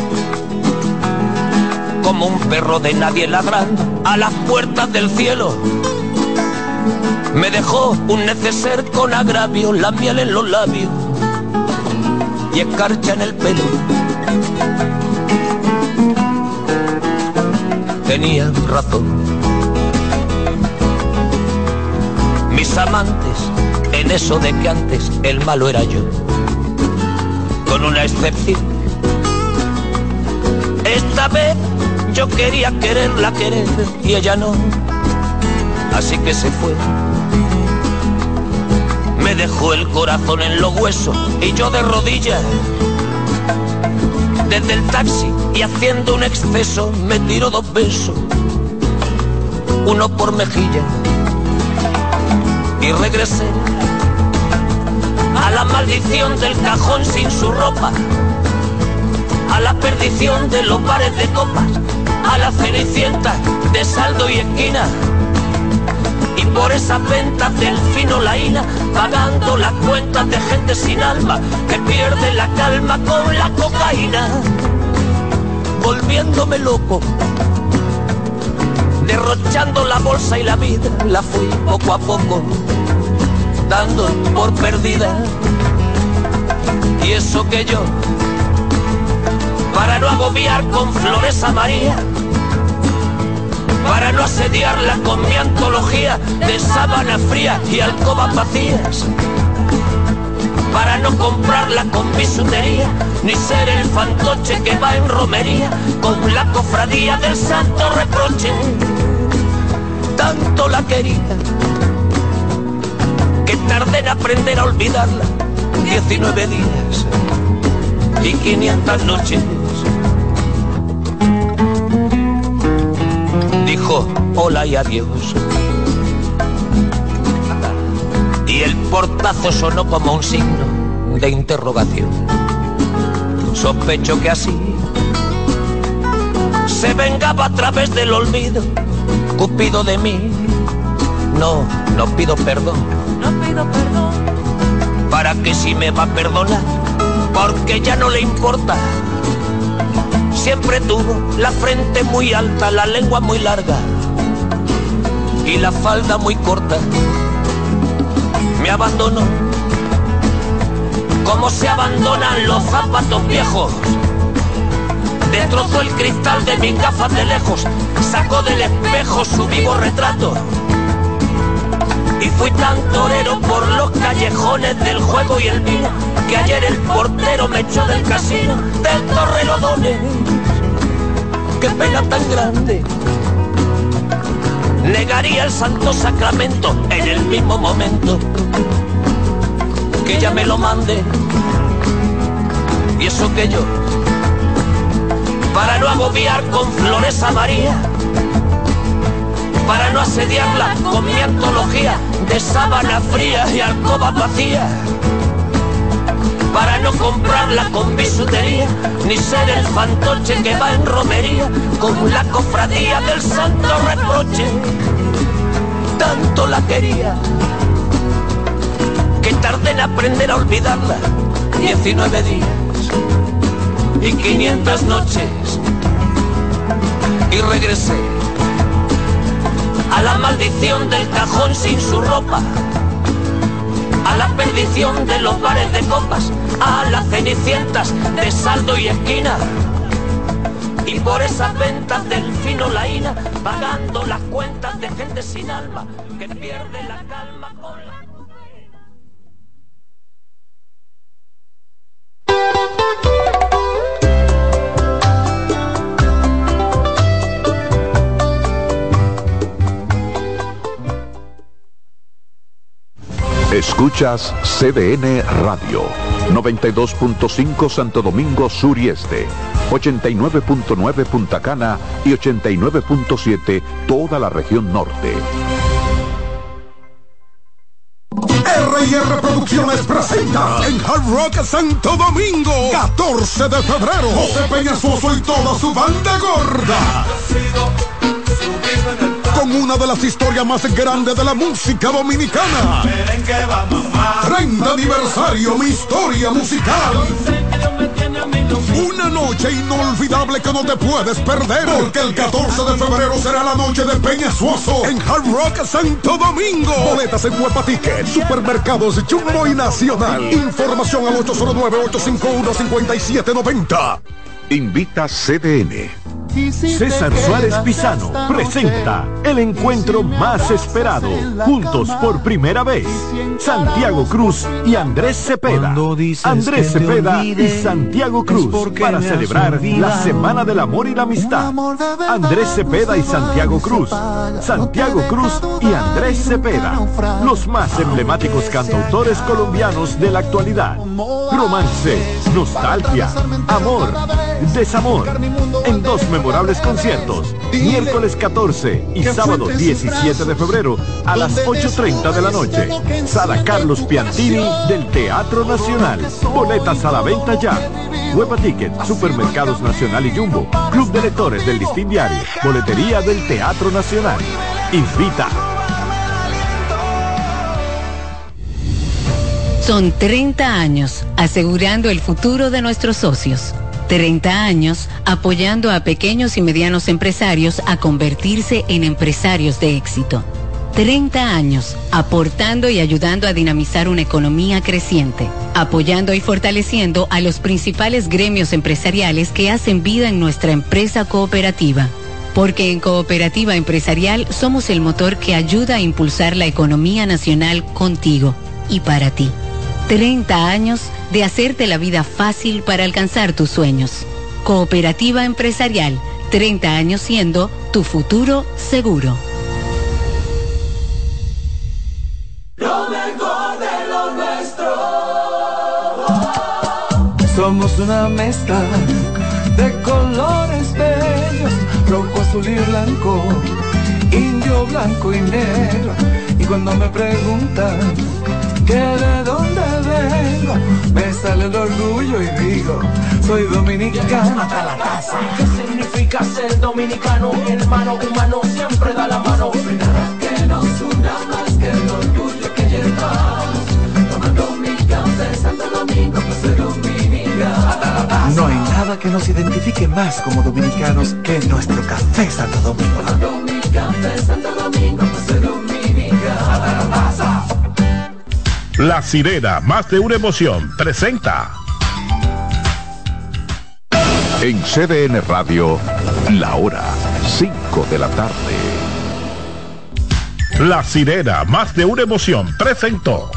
como un perro de nadie ladrando a las puertas del cielo. Me dejó un neceser con agravio, la miel en los labios y escarcha en el pelo. Tenía razón. Mis amantes, en eso de que antes el malo era yo, con una excepción. Esta vez yo quería quererla querer y ella no, así que se fue. Me dejó el corazón en los huesos y yo de rodillas. Desde el taxi y haciendo un exceso me tiró dos besos, uno por mejilla, y regresé a la maldición del cajón sin su ropa, a la perdición de los bares de copas, a la cenicienta de saldo y esquina. Y por esas ventas del fino laína, pagando las cuentas de gente sin alma que pierde la calma con la cocaína. Volviéndome loco, derrochando la bolsa y la vida, la fui poco a poco dando por perdida. Y eso que yo, para no agobiar con flores a María, para no asediarla con mi antología de sábana fría y alcobas vacías, para no comprarla con bisutería, ni ser el fantoche que va en romería con la cofradía del santo reproche. Tanto la quería que tardé en aprender a olvidarla, diecinueve días y quinientas noches. Dijo hola y adiós, y el portazo sonó como un signo de interrogación. Sospecho que así se vengaba a través del olvido Cupido de mí. No, no pido perdón, no pido perdón, para que si me va a perdonar, porque ya no le importa. Siempre tuvo la frente muy alta, la lengua muy larga y la falda muy corta. Me abandonó como se abandonan los zapatos viejos. Destrozó el cristal de mis gafas de lejos, sacó del espejo su vivo retrato. Y fui tan torero por los callejones del juego y el vino, que ayer el portero me echó del casino del Torrelodones. Qué pena tan grande, negaría el santo sacramento en el mismo momento que ella me lo mande. Y eso que yo, para no agobiar con flores a María, para no asediarla con mi antología de sábana fría y alcobas vacías, para no comprarla con bisutería, ni ser el fantoche que va en romería con la cofradía del santo reproche. Tanto la quería que tardé en aprender a olvidarla, diecinueve días y quinientas noches. Y regresé a la maldición del cajón sin su ropa, a a la perdición de los bares de copas, a las cenicientas de saldo y esquina. Y por esas ventas del fino laína, pagando las cuentas de gente sin alma que pierde la calma con la... Escuchas C D N Radio, noventa y dos punto cinco Santo Domingo Sur y Este, ochenta y nueve punto nueve Punta Cana y ochenta y nueve punto siete toda la región norte. R y R Producciones presenta en Hard Rock Santo Domingo, catorce de febrero, José Peñasoso y toda su banda gorda. Con una de las historias más grandes de la música dominicana. treinta aniversario, mi historia musical. Una noche inolvidable que no te puedes perder, porque el catorce de febrero será la noche de Peñasoso en Hard Rock Santo Domingo. Boletas en Huepa Ticket, Supermercados Jumbo y Nacional. Información al ocho cero nueve, ocho cinco uno, cinco siete nueve cero. Invita C D N. César Suárez Pisano presenta el encuentro más esperado, juntos por primera vez, Santiago Cruz y Andrés Cepeda. Andrés Cepeda y Santiago Cruz para celebrar la Semana del Amor y la Amistad. Andrés Cepeda y Santiago Cruz. Santiago Cruz y Andrés Cepeda, los más emblemáticos cantautores colombianos de la actualidad. Romance, nostalgia, amor, desamor, en dos memorables conciertos, miércoles catorce y sábado diecisiete de febrero a las ocho y media de la noche. Sala Carlos Piantini del Teatro Nacional. Boletas a la venta ya. Huepa Ticket, Supermercados Nacional y Jumbo, Club de Lectores del Listín Diario, Boletería del Teatro Nacional. Invita. Son treinta años asegurando el futuro de nuestros socios. treinta años apoyando a pequeños y medianos empresarios a convertirse en empresarios de éxito. treinta años aportando y ayudando a dinamizar una economía creciente, apoyando y fortaleciendo a los principales gremios empresariales que hacen vida en nuestra empresa cooperativa. Porque en Cooperativa Empresarial somos el motor que ayuda a impulsar la economía nacional contigo y para ti. treinta años de hacerte la vida fácil para alcanzar tus sueños. Cooperativa Empresarial, treinta años siendo tu futuro seguro. Lo mejor de lo nuestro. Somos una mezcla de colores bellos, rojo, azul y blanco, indio, blanco y negro. Y cuando me preguntan que de dónde vengo, me sale el orgullo y digo, soy dominicano hasta la casa. ¿Qué significa ser dominicano? Hermano humano siempre da la mano. Nada que nos una más que el orgullo que llevamos. Tomando mi café Santo Domingo, pues soy dominicano hasta la casa. No hay nada que nos identifique más como dominicanos que nuestro café Santo Domingo. Tomando mi café Santo Domingo, pues soy dominicano hasta la casa. La Sirena, más de una emoción, presenta. En C D N Radio, la hora cinco de la tarde. La Sirena, más de una emoción, presentó.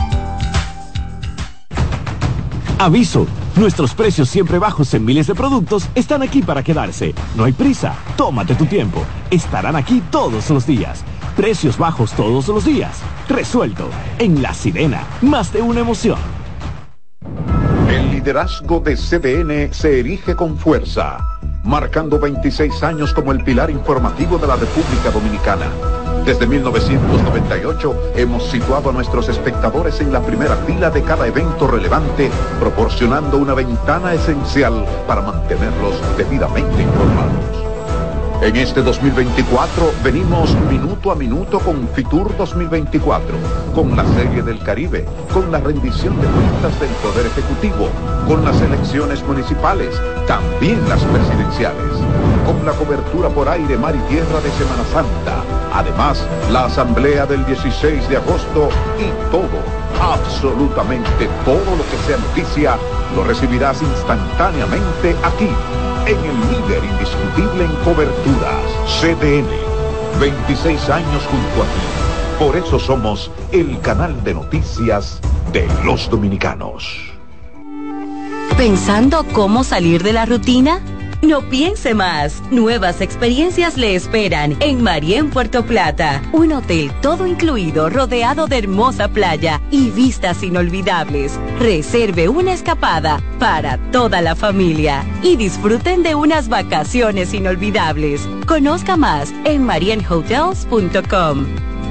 Aviso, nuestros precios siempre bajos en miles de productos están aquí para quedarse. No hay prisa, tómate tu tiempo. Estarán aquí todos los días. Precios bajos todos los días. Resuelto. En La Sirena, más de una emoción. El liderazgo de C D N se erige con fuerza, marcando veintiséis años como el pilar informativo de la República Dominicana. Desde mil novecientos noventa y ocho hemos situado a nuestros espectadores en la primera fila de cada evento relevante, proporcionando una ventana esencial para mantenerlos debidamente informados. En este dos mil veinticuatro venimos minuto a minuto con Fitur dos mil veinticuatro, con la Serie del Caribe, con la rendición de cuentas del Poder Ejecutivo, con las elecciones municipales, también las presidenciales, con la cobertura por aire, mar y tierra de Semana Santa, además la asamblea del dieciséis de agosto y todo, Absolutamente todo lo que sea noticia lo recibirás instantáneamente aquí, en el líder indiscutible en coberturas, C D N. veintiséis años junto a ti. Por eso somos el canal de noticias de los dominicanos. ¿Pensando cómo salir de la rutina? No piense más. Nuevas experiencias le esperan en Marién Puerto Plata. Un hotel todo incluido, rodeado de hermosa playa y vistas inolvidables. Reserve una escapada para toda la familia y disfruten de unas vacaciones inolvidables. Conozca más en marien hotels punto com.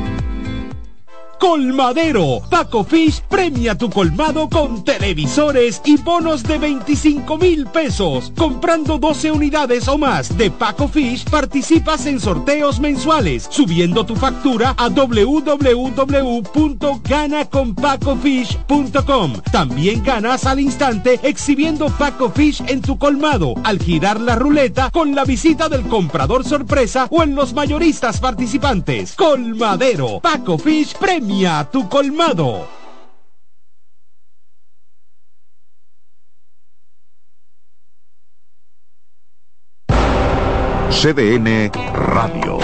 Colmadero. Paco Fish premia tu colmado con televisores y bonos de veinticinco mil pesos. Comprando doce unidades o más de Paco Fish, participas en sorteos mensuales, subiendo tu factura a doble u doble u doble u punto gana con paco fish punto com. También ganas al instante exhibiendo Paco Fish en tu colmado, al girar la ruleta con la visita del comprador sorpresa o en los mayoristas participantes. Colmadero. Paco Fish premia a tu colmado. C D N Radio.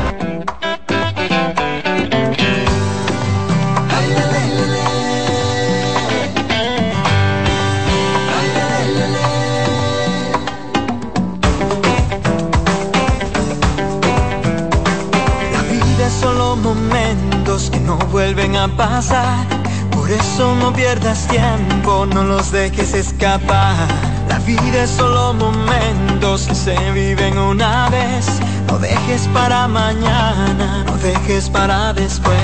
La vida es solo momentos que no vuelven a pasar. Por eso no pierdas tiempo, no los dejes escapar. La vida es solo momentos que se viven una vez. No dejes para mañana, no dejes para después.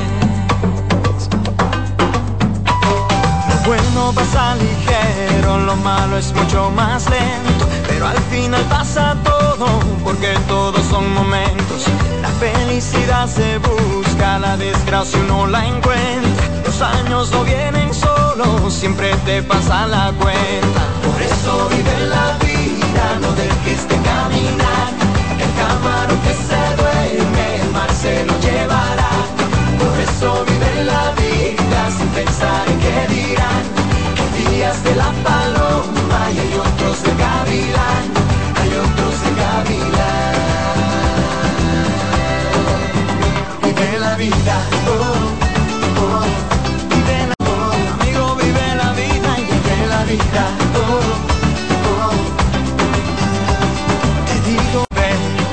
Lo bueno pasa ligero, lo malo es mucho más lento. Pero al final pasa todo, porque todos son momentos. La felicidad se busca, la desgracia uno la encuentra. Los años no vienen solos, siempre te pasa la cuenta. Por eso vive la vida, no dejes de caminar. El camarón que se duerme, el mar se lo llevará. Por eso vive la vida, sin pensar en qué dirán. Hay días de la paloma y hay otros de gavilán. Hay otros de gavilán. Vive la vida, oh, oh. Vive la, oh, amigo, vive la vida y vive la vida, oh.